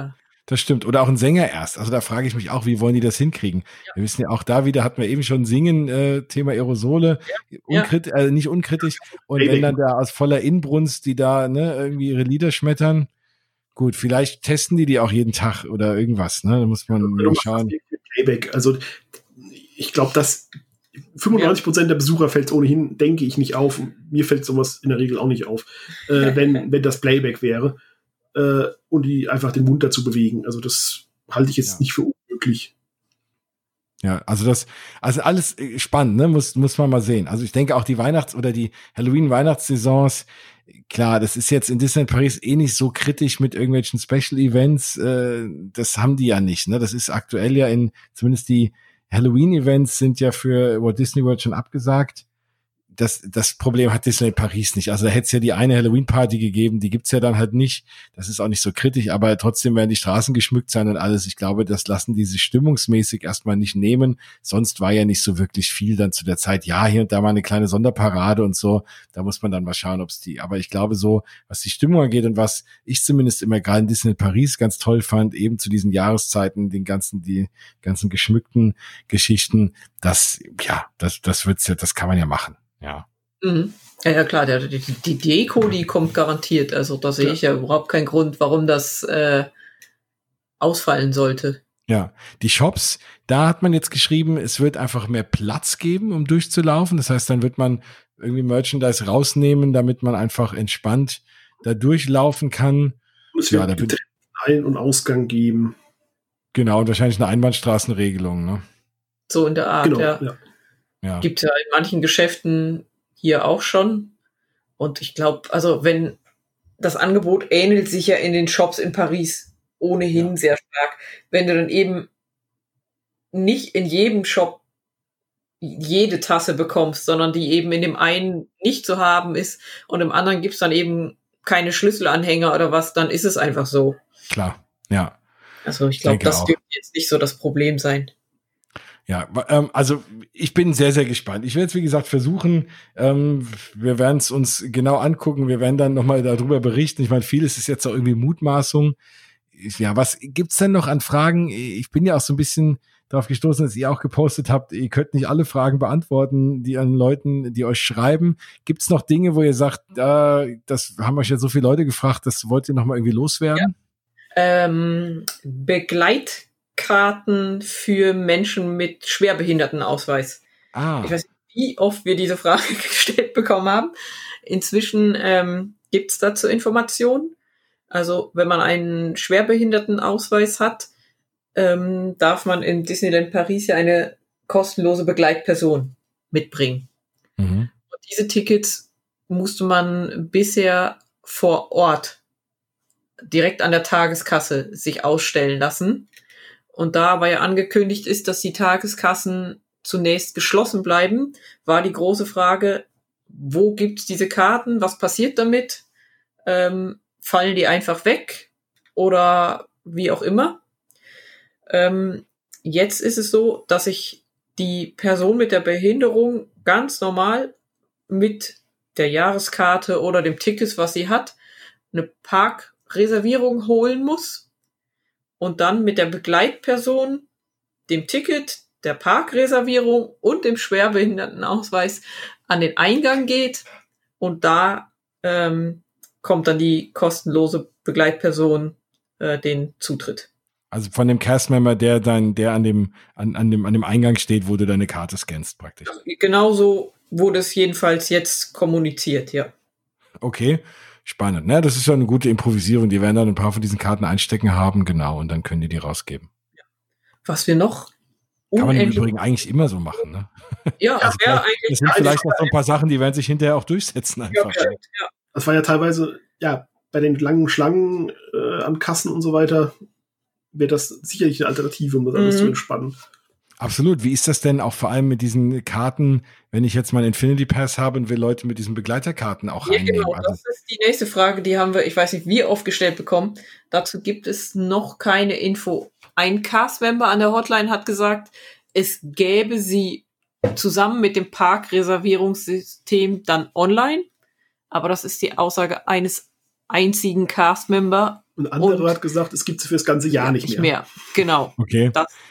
Das stimmt. Oder auch ein Sänger erst. Also da frage ich mich auch, wie wollen die das hinkriegen? Ja. Wir wissen ja auch da wieder, hatten wir eben schon Singen, Thema Aerosole, nicht unkritisch. Und wenn dann da aus voller Inbrunst, die da irgendwie ihre Lieder schmettern, gut, vielleicht testen die auch jeden Tag oder irgendwas. Ne? Da muss man mal schauen. Playback. Also ich glaube, dass 95% der Besucher fällt es ohnehin, denke ich, nicht auf. Mir fällt sowas in der Regel auch nicht auf, wenn das Playback wäre. Und die einfach den Mund dazu bewegen. Also das halte ich jetzt nicht für unmöglich. Ja, also alles spannend, ne? Muss man mal sehen. Also ich denke auch die oder die Halloween-Weihnachtssaisons, klar, das ist jetzt in Disneyland Paris nicht so kritisch mit irgendwelchen Special Events. Das haben die ja nicht, ne? Das ist aktuell ja zumindest die Halloween-Events sind ja für Walt Disney World schon abgesagt. Das Problem hat Disneyland Paris nicht. Also da hätte es ja die eine Halloween-Party gegeben, die gibt's ja dann halt nicht. Das ist auch nicht so kritisch, aber trotzdem werden die Straßen geschmückt sein und alles. Ich glaube, das lassen die sich stimmungsmäßig erstmal nicht nehmen. Sonst war ja nicht so wirklich viel dann zu der Zeit. Ja, hier und da mal eine kleine Sonderparade und so. Da muss man dann mal schauen, aber ich glaube so, was die Stimmung angeht und was ich zumindest immer gerade in Disneyland Paris ganz toll fand, eben zu diesen Jahreszeiten, die ganzen geschmückten Geschichten, das kann man ja machen. Ja. Mhm. Ja, klar, die Deko, die kommt garantiert. Also da sehe ich ja überhaupt keinen Grund, warum das ausfallen sollte. Ja, die Shops, da hat man jetzt geschrieben, es wird einfach mehr Platz geben, um durchzulaufen. Das heißt, dann wird man irgendwie Merchandise rausnehmen, damit man einfach entspannt da durchlaufen kann. Es wird Ein- und Ausgang geben. Genau, und wahrscheinlich eine Einbahnstraßenregelung, ne? So in der Art, genau, ja. Ja. Gibt ja in manchen Geschäften hier auch schon. Und ich glaube, also wenn das Angebot ähnelt sich ja in den Shops in Paris ohnehin sehr stark. Wenn du dann eben nicht in jedem Shop jede Tasse bekommst, sondern die eben in dem einen nicht zu haben ist und im anderen gibt's dann eben keine Schlüsselanhänger oder was, dann ist es einfach so. Klar, ja. Also ich glaube, das dürfte jetzt nicht so das Problem sein. Ja, also ich bin sehr, sehr gespannt. Ich werde es, wie gesagt, versuchen. Wir werden es uns genau angucken. Wir werden dann nochmal darüber berichten. Ich meine, vieles ist jetzt auch irgendwie Mutmaßung. Ja, was gibt's denn noch an Fragen? Ich bin ja auch so ein bisschen darauf gestoßen, dass ihr auch gepostet habt, ihr könnt nicht alle Fragen beantworten, die an Leuten, die euch schreiben. Gibt's noch Dinge, wo ihr sagt, das haben euch ja so viele Leute gefragt, das wollt ihr nochmal irgendwie loswerden? Ja. Begleitkarten für Menschen mit Schwerbehindertenausweis. Ich weiß nicht, wie oft wir diese Frage gestellt bekommen haben. Inzwischen gibt's dazu Informationen. Also wenn man einen Schwerbehindertenausweis hat, darf man in Disneyland Paris ja eine kostenlose Begleitperson mitbringen. Mhm. Und diese Tickets musste man bisher vor Ort direkt an der Tageskasse sich ausstellen lassen. Und da aber ja angekündigt ist, dass die Tageskassen zunächst geschlossen bleiben, war die große Frage, wo gibt's diese Karten? Was passiert damit? Fallen die einfach weg? Oder wie auch immer? Jetzt ist es so, dass sich die Person mit der Behinderung ganz normal mit der Jahreskarte oder dem Ticket, was sie hat, eine Parkreservierung holen muss und dann mit der Begleitperson, dem Ticket, der Parkreservierung und dem Schwerbehindertenausweis an den Eingang geht und da kommt dann die kostenlose Begleitperson den Zutritt. Also von dem Castmember, der an dem Eingang steht, wo du deine Karte scannst, praktisch. Genauso wurde es jedenfalls jetzt kommuniziert, ja. Okay, spannend. Ne, das ist ja eine gute Improvisierung. Die werden dann ein paar von diesen Karten einstecken haben, genau, und dann können die rausgeben. Ja. Was wir noch kann man im Übrigen eigentlich immer so machen, ne? Ja, also eigentlich. Das sind vielleicht noch so ein paar Sachen, die werden sich hinterher auch durchsetzen einfach. Ja. Das war ja teilweise, bei den langen Schlangen an Kassen und so weiter, wäre das sicherlich eine Alternative, um das alles zu entspannen. Absolut. Wie ist das denn auch vor allem mit diesen Karten, wenn ich jetzt mal einen Infinity Pass habe und will Leute mit diesen Begleiterkarten auch reinnehmen? Genau, das ist die nächste Frage, die haben wir, ich weiß nicht, wie oft gestellt bekommen. Dazu gibt es noch keine Info. Ein Cast-Member an der Hotline hat gesagt, es gäbe sie zusammen mit dem Parkreservierungssystem dann online. Aber das ist die Aussage eines einzigen Cast-Member Und andere hat gesagt, es gibt sie für das ganze Jahr nicht mehr. Genau. Okay.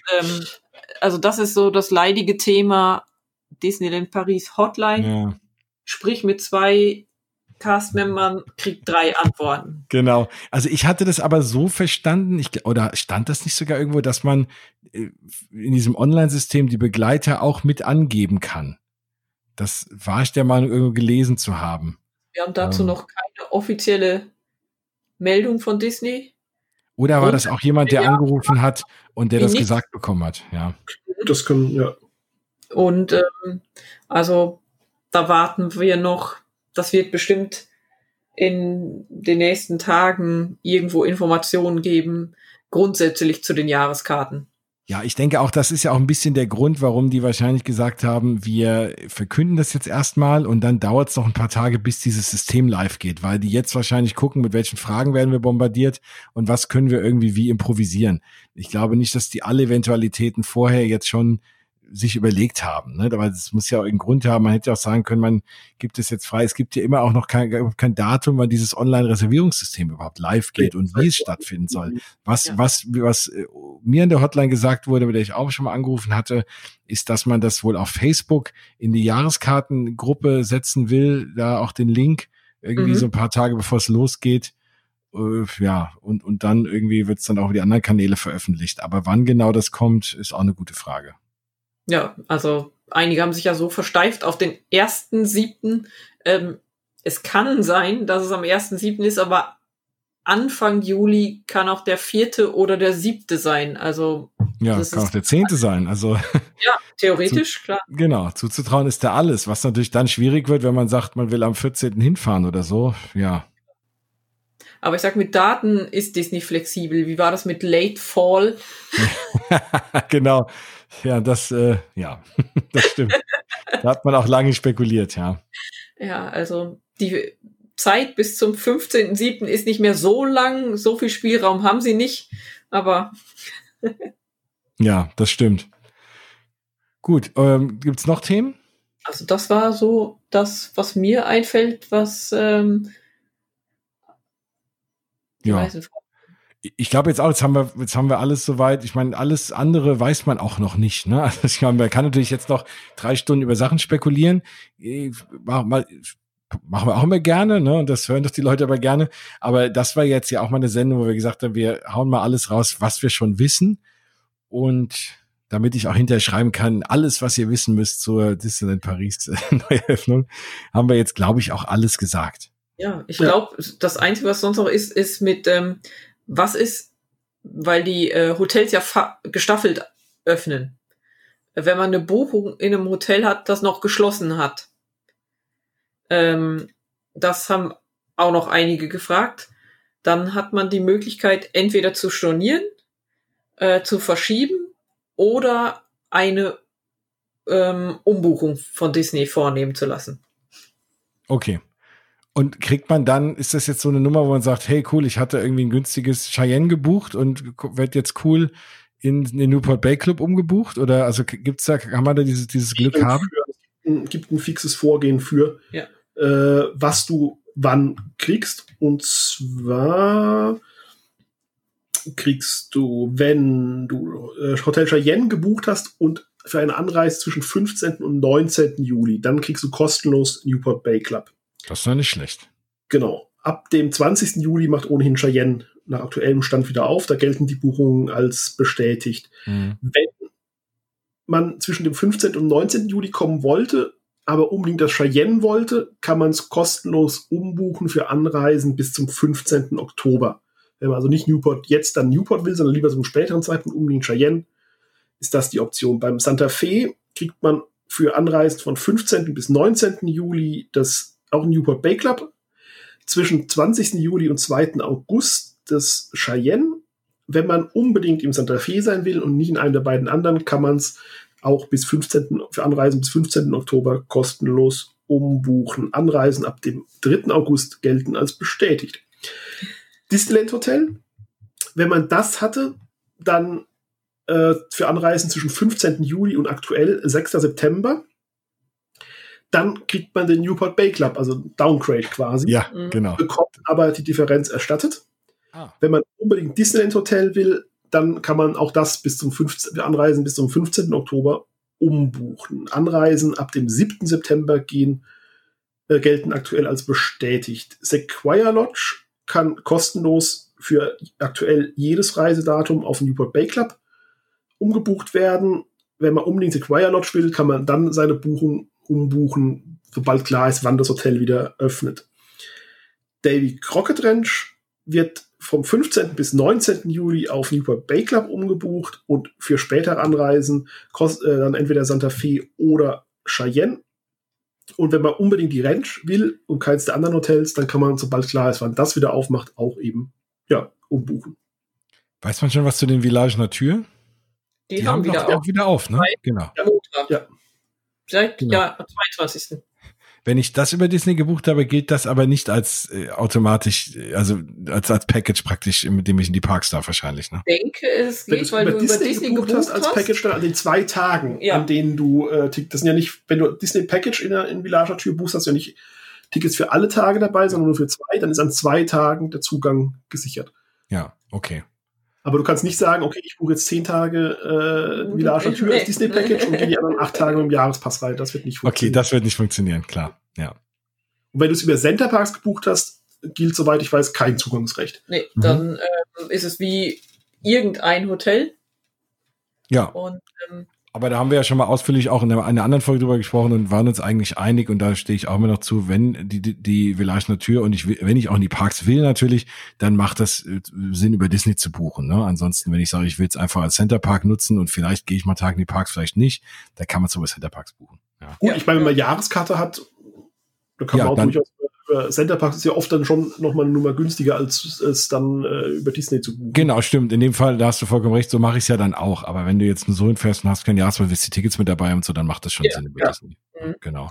Das ist so das leidige Thema Disneyland Paris Hotline. Ja. Sprich mit 2 Cast-Membern, kriegt 3 Antworten. Genau. Also ich hatte das aber so verstanden, oder stand das nicht sogar irgendwo, dass man in diesem Online-System die Begleiter auch mit angeben kann? Das war ich der Meinung, irgendwo gelesen zu haben. Wir haben dazu noch keine offizielle Meldung von Disney. Oder war das auch jemand, der angerufen hat und der das gesagt bekommen hat? Ja. Das können, ja. Und also da warten wir noch. Das wird bestimmt in den nächsten Tagen irgendwo Informationen geben, grundsätzlich zu den Jahreskarten. Ja, ich denke auch, das ist ja auch ein bisschen der Grund, warum die wahrscheinlich gesagt haben, wir verkünden das jetzt erstmal und dann dauert es noch ein paar Tage, bis dieses System live geht, weil die jetzt wahrscheinlich gucken, mit welchen Fragen werden wir bombardiert und was können wir irgendwie wie improvisieren. Ich glaube nicht, dass die alle Eventualitäten vorher jetzt schon sich überlegt haben, ne? Aber es muss ja auch einen Grund haben. Man hätte auch sagen können, man gibt es jetzt frei. Es gibt ja immer auch noch kein Datum, wann dieses Online-Reservierungssystem überhaupt live geht und wie es stattfinden soll. Was mir in der Hotline gesagt wurde, mit der ich auch schon mal angerufen hatte, ist, dass man das wohl auf Facebook in die Jahreskartengruppe setzen will, da auch den Link irgendwie so ein paar Tage bevor es losgeht. Ja, und dann irgendwie wird es dann auch über die anderen Kanäle veröffentlicht. Aber wann genau das kommt, ist auch eine gute Frage. Ja, also einige haben sich ja so versteift auf den 1.7. Es kann sein, dass es am 1.7. ist, aber Anfang Juli kann auch der 4. oder der 7. sein. Also ja, das kann auch der 10. sein. Also ja, theoretisch, klar. Genau, zuzutrauen ist da alles, was natürlich dann schwierig wird, wenn man sagt, man will am 14. hinfahren oder so. Ja. Aber ich sag, mit Daten ist Disney flexibel. Wie war das mit Late Fall? Genau. Ja, das stimmt. Da hat man auch lange spekuliert, ja. Ja, also die Zeit bis zum 15.07. ist nicht mehr so lang. So viel Spielraum haben sie nicht, aber ja, das stimmt. Gut, gibt's noch Themen? Also das war so das, was mir einfällt, was ich glaube jetzt auch, jetzt haben wir alles soweit. Ich meine, alles andere weiß man auch noch nicht. Ne? Also ich meine, man kann natürlich jetzt noch 3 Stunden über Sachen spekulieren. Machen wir auch immer gerne, ne? Und das hören doch die Leute aber gerne. Aber das war jetzt ja auch mal eine Sendung, wo wir gesagt haben, wir hauen mal alles raus, was wir schon wissen. Und damit ich auch hinterher schreiben kann, alles, was ihr wissen müsst zur Disneyland Paris Neueröffnung, haben wir jetzt, glaube ich, auch alles gesagt. Ja, ich glaube, das Einzige, was sonst noch ist mit was ist, weil die Hotels ja gestaffelt öffnen. Wenn man eine Buchung in einem Hotel hat, das noch geschlossen hat. Das haben auch noch einige gefragt. Dann hat man die Möglichkeit, entweder zu stornieren, zu verschieben oder eine Umbuchung von Disney vornehmen zu lassen. Okay. Und kriegt man dann, ist das jetzt so eine Nummer, wo man sagt, hey cool, ich hatte irgendwie ein günstiges Cheyenne gebucht und wird jetzt cool in den Newport Bay Club umgebucht? Oder also kann man da dieses Glück haben? Gibt ein fixes Vorgehen für, was du wann kriegst. Und zwar kriegst du, wenn du Hotel Cheyenne gebucht hast und für eine Anreise zwischen 15. und 19. Juli, dann kriegst du kostenlos Newport Bay Club. Das ist ja nicht schlecht. Genau. Ab dem 20. Juli macht ohnehin Cheyenne nach aktuellem Stand wieder auf. Da gelten die Buchungen als bestätigt. Wenn man zwischen dem 15. und 19. Juli kommen wollte, aber unbedingt das Cheyenne wollte, kann man es kostenlos umbuchen für Anreisen bis zum 15. Oktober. Wenn man also nicht Newport jetzt dann Newport will, sondern lieber so einem späteren Zeitpunkt unbedingt Cheyenne, ist das die Option. Beim Santa Fe kriegt man für Anreisen von 15. bis 19. Juli auch Newport Bay Club. Zwischen 20. Juli und 2. August das Cheyenne. Wenn man unbedingt im Santa Fe sein will und nicht in einem der beiden anderen, kann man es auch für Anreisen bis 15. Oktober kostenlos umbuchen. Anreisen ab dem 3. August gelten als bestätigt. Disneyland Hotel, wenn man das hatte, dann für Anreisen zwischen 15. Juli und aktuell 6. September, dann kriegt man den Newport Bay Club, also Downgrade quasi. Ja, genau. Bekommt aber die Differenz erstattet. Wenn man unbedingt Disneyland Hotel will, dann kann man auch das Anreisen bis zum 15. Oktober umbuchen. Anreisen ab dem 7. September gelten aktuell als bestätigt. Sequoia Lodge kann kostenlos für aktuell jedes Reisedatum auf Newport Bay Club umgebucht werden. Wenn man unbedingt Sequoia Lodge will, kann man dann seine Buchung umbuchen, sobald klar ist, wann das Hotel wieder öffnet. Davy Crockett Ranch wird vom 15. bis 19. Juli auf Newport Bay Club umgebucht und für spätere Anreisen dann entweder Santa Fe oder Cheyenne. Und wenn man unbedingt die Ranch will und keins der anderen Hotels, dann kann man, sobald klar ist, wann das wieder aufmacht, auch eben umbuchen. Weiß man schon was zu den Village Nature? Die haben doch auch wieder auf, ne? Genau. Ja. Seit 22. Wenn ich das über Disney gebucht habe, gilt das aber nicht als automatisch, also als Package praktisch, mit dem ich in die Parks darf wahrscheinlich, ne? Ich denke, es geht, weil du über Disney gebucht hast. Als Package dann an den 2 Tagen, an denen du das sind ja nicht, wenn du Disney Package in Village Nature buchst, hast du ja nicht Tickets für alle Tage dabei, sondern nur für 2, dann ist an 2 Tagen der Zugang gesichert. Ja, okay. Aber du kannst nicht sagen, okay, ich buche jetzt 10 Tage Village Nature als Disney Package und gehe die anderen 8 Tage mit dem Jahrespass rein. Das wird nicht funktionieren. Okay, das wird nicht funktionieren, klar. Ja. Und wenn du es über Center Parks gebucht hast, gilt, soweit ich weiß, kein Zugangsrecht. Nee, dann ist es wie irgendein Hotel. Ja. Und, aber da haben wir ja schon mal ausführlich auch in einer anderen Folge drüber gesprochen und waren uns eigentlich einig, und da stehe ich auch immer noch zu, wenn die Village Nature und wenn ich auch in die Parks will natürlich, dann macht das Sinn, über Disney zu buchen. Ne? Ansonsten, wenn ich sage, ich will es einfach als Center Park nutzen und vielleicht gehe ich mal Tag in die Parks, vielleicht nicht, da kann man es über Center Parks buchen. Ja. Gut, ich meine, wenn man Jahreskarte hat, da kann man auch durchaus über Center Parks, ist ja oft dann schon nochmal eine Nummer günstiger, als es dann über Disney zu buchen. Genau, stimmt. In dem Fall, da hast du vollkommen recht, so mache ich es ja dann auch. Aber wenn du jetzt nur so hinfährst und hast kein Jahrespass, willst die Tickets mit dabei und so, dann macht das schon Sinn über Disney. Mhm. Genau.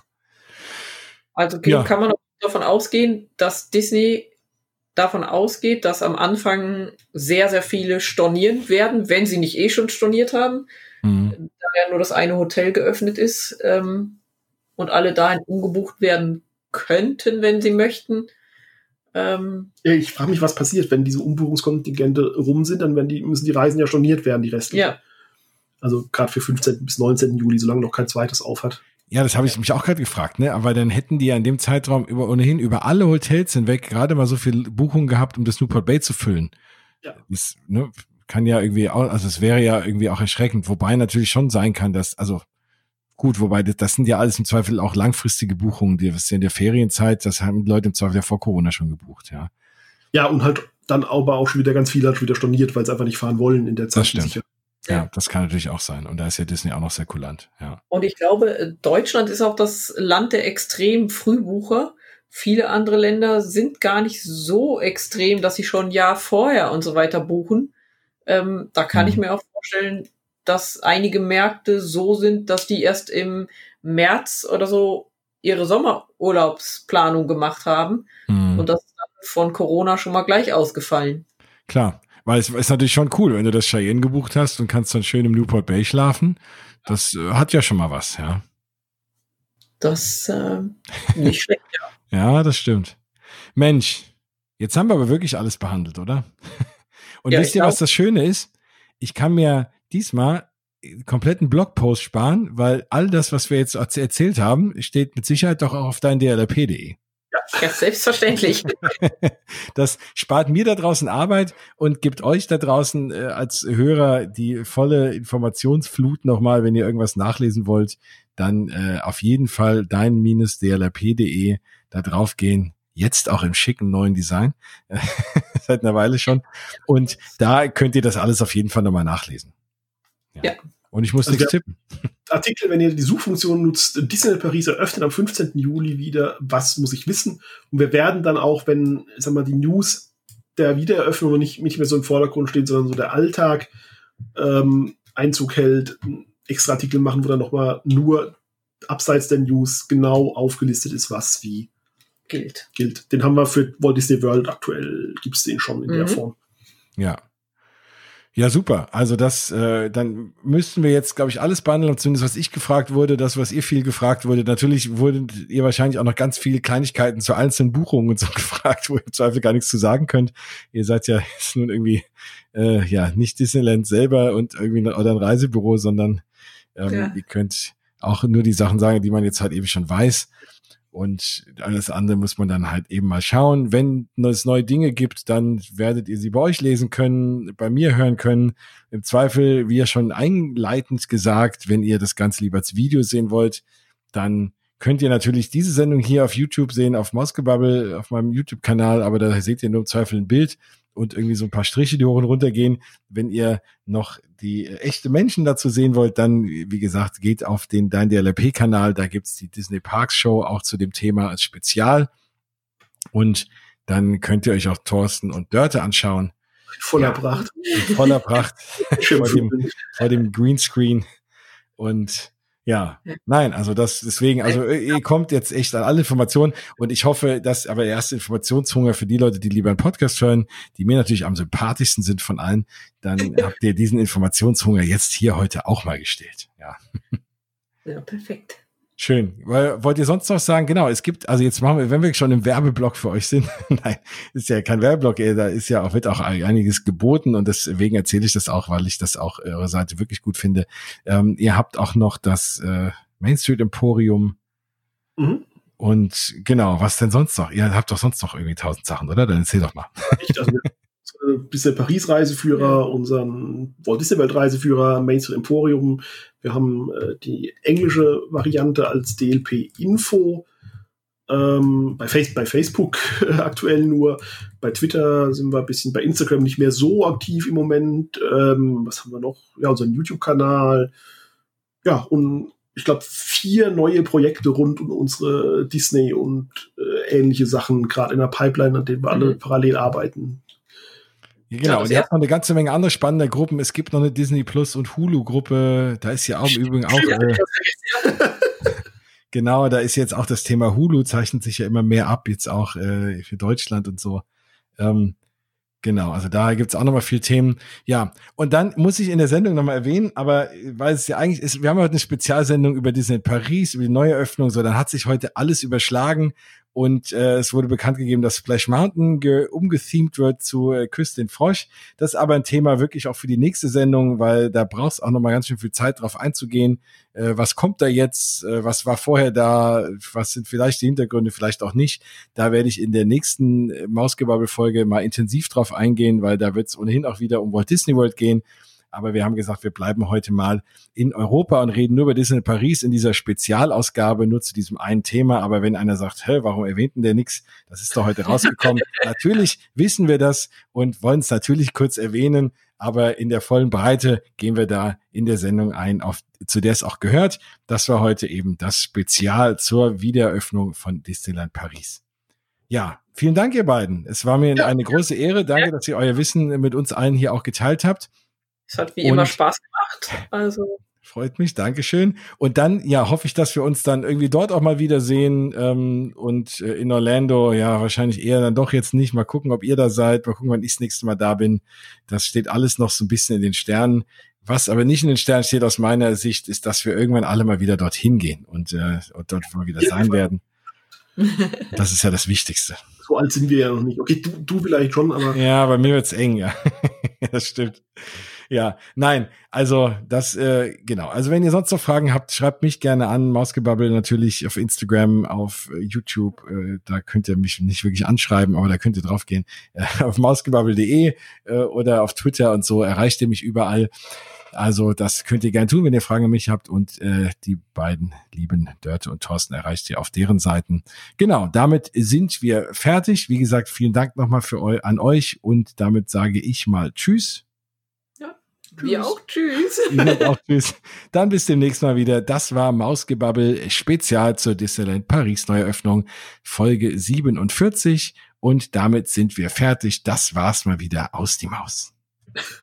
Also kann man davon ausgehen, dass Disney davon ausgeht, dass am Anfang sehr, sehr viele stornieren werden, wenn sie nicht schon storniert haben. Da ja nur das eine Hotel geöffnet ist und alle dahin umgebucht werden könnten, wenn sie möchten. Ich frage mich, was passiert, wenn diese Umbuchungskontingente rum sind, dann müssen die Reisen ja storniert werden, die restlichen. Ja. Also gerade für 15. bis 19. Juli, solange noch kein zweites auf hat. Ja, das habe ich mich auch gerade gefragt, ne? Aber dann hätten die ja in dem Zeitraum ohnehin über alle Hotels hinweg gerade mal so viel Buchungen gehabt, um das Newport Bay zu füllen. Ja. Das, ne, kann ja irgendwie auch, also es wäre ja irgendwie auch erschreckend, wobei natürlich schon sein kann, dass, also gut, wobei das sind ja alles im Zweifel auch langfristige Buchungen, das ist ja in der Ferienzeit, das haben die Leute im Zweifel ja vor Corona schon gebucht, ja. Ja, und halt dann aber auch schon wieder ganz viele halt schon wieder storniert, weil sie einfach nicht fahren wollen in der Zeit. Das stimmt. Sicher. Ja, das kann natürlich auch sein. Und da ist ja Disney auch noch sehr kulant, ja. Und ich glaube, Deutschland ist auch das Land der extremen Frühbucher. Viele andere Länder sind gar nicht so extrem, dass sie schon ein Jahr vorher und so weiter buchen. Da kann ich mir auch vorstellen, dass einige Märkte so sind, dass die erst im März oder so ihre Sommerurlaubsplanung gemacht haben. Und das ist dann von Corona schon mal gleich ausgefallen. Klar, weil es ist natürlich schon cool, wenn du das Cheyenne gebucht hast und kannst dann schön im Newport Bay schlafen. Das hat ja schon mal was, ja. Das nicht schlecht, ja. Ja, das stimmt. Mensch, jetzt haben wir aber wirklich alles behandelt, oder? Und ja, wisst ihr, was das Schöne ist? Ich kann mir diesmal kompletten Blogpost sparen, weil all das, was wir jetzt erzählt haben, steht mit Sicherheit doch auch auf dein DLRP.de. Ja, selbstverständlich. Das spart mir da draußen Arbeit und gibt euch da draußen als Hörer die volle Informationsflut nochmal, wenn ihr irgendwas nachlesen wollt, dann auf jeden Fall dein-dlrp.de da drauf gehen. Jetzt auch im schicken neuen Design. Seit einer Weile schon. Und da könnt ihr das alles auf jeden Fall nochmal nachlesen. Ja. Und ich muss nichts tippen. Artikel, wenn ihr die Suchfunktion nutzt, Disneyland Paris eröffnet am 15. Juli wieder, was muss ich wissen? Und wir werden dann auch, wenn, ich sag mal, die News der Wiedereröffnung nicht mehr so im Vordergrund steht, sondern so der Alltag Einzug hält, extra Artikel machen, wo dann nochmal nur abseits der News genau aufgelistet ist, was wie gilt. Den haben wir für Walt Disney World aktuell, gibt es den schon in der Form. Ja. Ja, super. Also dann müssten wir jetzt, glaube ich, alles behandeln, zumindest was ich gefragt wurde, das, was ihr viel gefragt wurde. Natürlich wurdet ihr wahrscheinlich auch noch ganz viele Kleinigkeiten zu einzelnen Buchungen und so gefragt, wo ihr im Zweifel gar nichts zu sagen könnt. Ihr seid ja jetzt nun irgendwie nicht Disneyland selber und irgendwie oder ein Reisebüro, sondern ihr könnt auch nur die Sachen sagen, die man jetzt halt eben schon weiß. Und alles andere muss man dann halt eben mal schauen. Wenn es neue Dinge gibt, dann werdet ihr sie bei euch lesen können, bei mir hören können. Im Zweifel, wie ja schon einleitend gesagt, wenn ihr das Ganze lieber als Video sehen wollt, dann könnt ihr natürlich diese Sendung hier auf YouTube sehen, auf Mausgebabbel, auf meinem YouTube-Kanal, aber da seht ihr nur im Zweifel ein Bild und irgendwie so ein paar Striche, die hoch und runter gehen. Wenn ihr noch die echte Menschen dazu sehen wollt, dann, wie gesagt, geht auf den Dein DLRP-Kanal, da gibt's die Disney Parks Show auch zu dem Thema als Spezial. Und dann könnt ihr euch auch Thorsten und Dörte anschauen. Voller Pracht. Voller Pracht. vor dem Greenscreen. Und nein, also deswegen, ihr kommt jetzt echt an alle Informationen und ich hoffe, dass aber erst Informationshunger für die Leute, die lieber einen Podcast hören, die mir natürlich am sympathischsten sind von allen, dann habt ihr diesen Informationshunger jetzt hier heute auch mal gestillt. Ja, perfekt. Schön. Wollt ihr sonst noch sagen? Genau, es gibt, also jetzt machen wir, wenn wir schon im Werbeblock für euch sind, nein, ist ja kein Werbeblock, da ist ja auch, wird auch einiges geboten und deswegen erzähle ich das auch, weil ich das auch eure Seite wirklich gut finde. Ihr habt auch noch das Main Street Emporium und genau, was denn sonst noch? Ihr habt doch sonst noch irgendwie 1000 Sachen, oder? Dann erzähl doch mal. Disney Paris Reiseführer, unseren Walt Disney Welt Reiseführer, Main Street Emporium. Wir haben die englische Variante als DLP Info. Bei Facebook aktuell nur. Bei Twitter sind wir ein bisschen, bei Instagram nicht mehr so aktiv im Moment. Was haben wir noch? Ja, unseren YouTube-Kanal. Ja, und ich glaube 4 neue Projekte rund um unsere Disney und ähnliche Sachen, gerade in der Pipeline, an denen wir alle parallel arbeiten. Genau, und ihr habt noch eine ganze Menge andere spannende Gruppen. Es gibt noch eine Disney Plus und Hulu-Gruppe. Da ist ja auch im Übrigen auch. Genau, da ist jetzt auch das Thema Hulu, zeichnet sich ja immer mehr ab, jetzt auch für Deutschland und so. Genau, also da gibt's auch nochmal viel Themen. Ja, und dann muss ich in der Sendung nochmal erwähnen, aber weil es ja eigentlich ist, wir haben heute eine Spezialsendung über Disney Paris, über die Neueröffnung, so, dann hat sich heute alles überschlagen. Und es wurde bekannt gegeben, dass Splash Mountain umgethemed wird zu Küss den Frosch. Das ist aber ein Thema wirklich auch für die nächste Sendung, weil da brauchst auch noch mal ganz schön viel Zeit drauf einzugehen. Was kommt da jetzt? Was war vorher da? Was sind vielleicht die Hintergründe? Vielleicht auch nicht. Da werde ich in der nächsten Mausgebabbel-Folge mal intensiv drauf eingehen, weil da wird es ohnehin auch wieder um Walt Disney World gehen. Aber wir haben gesagt, wir bleiben heute mal in Europa und reden nur über Disney Paris in dieser Spezialausgabe, nur zu diesem einen Thema. Aber wenn einer sagt, warum erwähnt denn der nix? Das ist doch heute rausgekommen. Natürlich wissen wir das und wollen es natürlich kurz erwähnen. Aber in der vollen Breite gehen wir da in der Sendung ein, zu der es auch gehört. Das war heute eben das Spezial zur Wiedereröffnung von Disneyland Paris. Ja, vielen Dank, ihr beiden. Es war mir eine große Ehre. Danke, dass ihr euer Wissen mit uns allen hier auch geteilt habt. Es hat wie immer Spaß gemacht. Also freut mich, Dankeschön. Und dann, hoffe ich, dass wir uns dann irgendwie dort auch mal wiedersehen. Und in Orlando, wahrscheinlich eher dann doch jetzt nicht. Mal gucken, ob ihr da seid. Mal gucken, wann ich das nächste Mal da bin. Das steht alles noch so ein bisschen in den Sternen. Was aber nicht in den Sternen steht aus meiner Sicht, ist, dass wir irgendwann alle mal wieder dorthin gehen und dort mal wieder sein werden. Das ist ja das Wichtigste. So alt sind wir ja noch nicht. Okay, du vielleicht schon, aber... Ja, bei mir wird's eng, ja. Das stimmt. Ja, nein, also das, genau. Also wenn ihr sonst noch Fragen habt, schreibt mich gerne an. Mausgebabbel natürlich auf Instagram, auf YouTube. Da könnt ihr mich nicht wirklich anschreiben, aber da könnt ihr drauf gehen. Auf mausgebabbel.de oder auf Twitter und so erreicht ihr mich überall. Also das könnt ihr gerne tun, wenn ihr Fragen an mich habt. Und die beiden lieben Dörte und Thorsten erreicht ihr auf deren Seiten. Genau, damit sind wir fertig. Wie gesagt, vielen Dank nochmal an euch. Und damit sage ich mal Tschüss. Wir auch tschüss. Auch tschüss. Dann bis demnächst mal wieder. Das war Mausgebabbel Spezial zur Disneyland Paris Neueröffnung, Folge 47. Und damit sind wir fertig. Das war's mal wieder aus die Maus.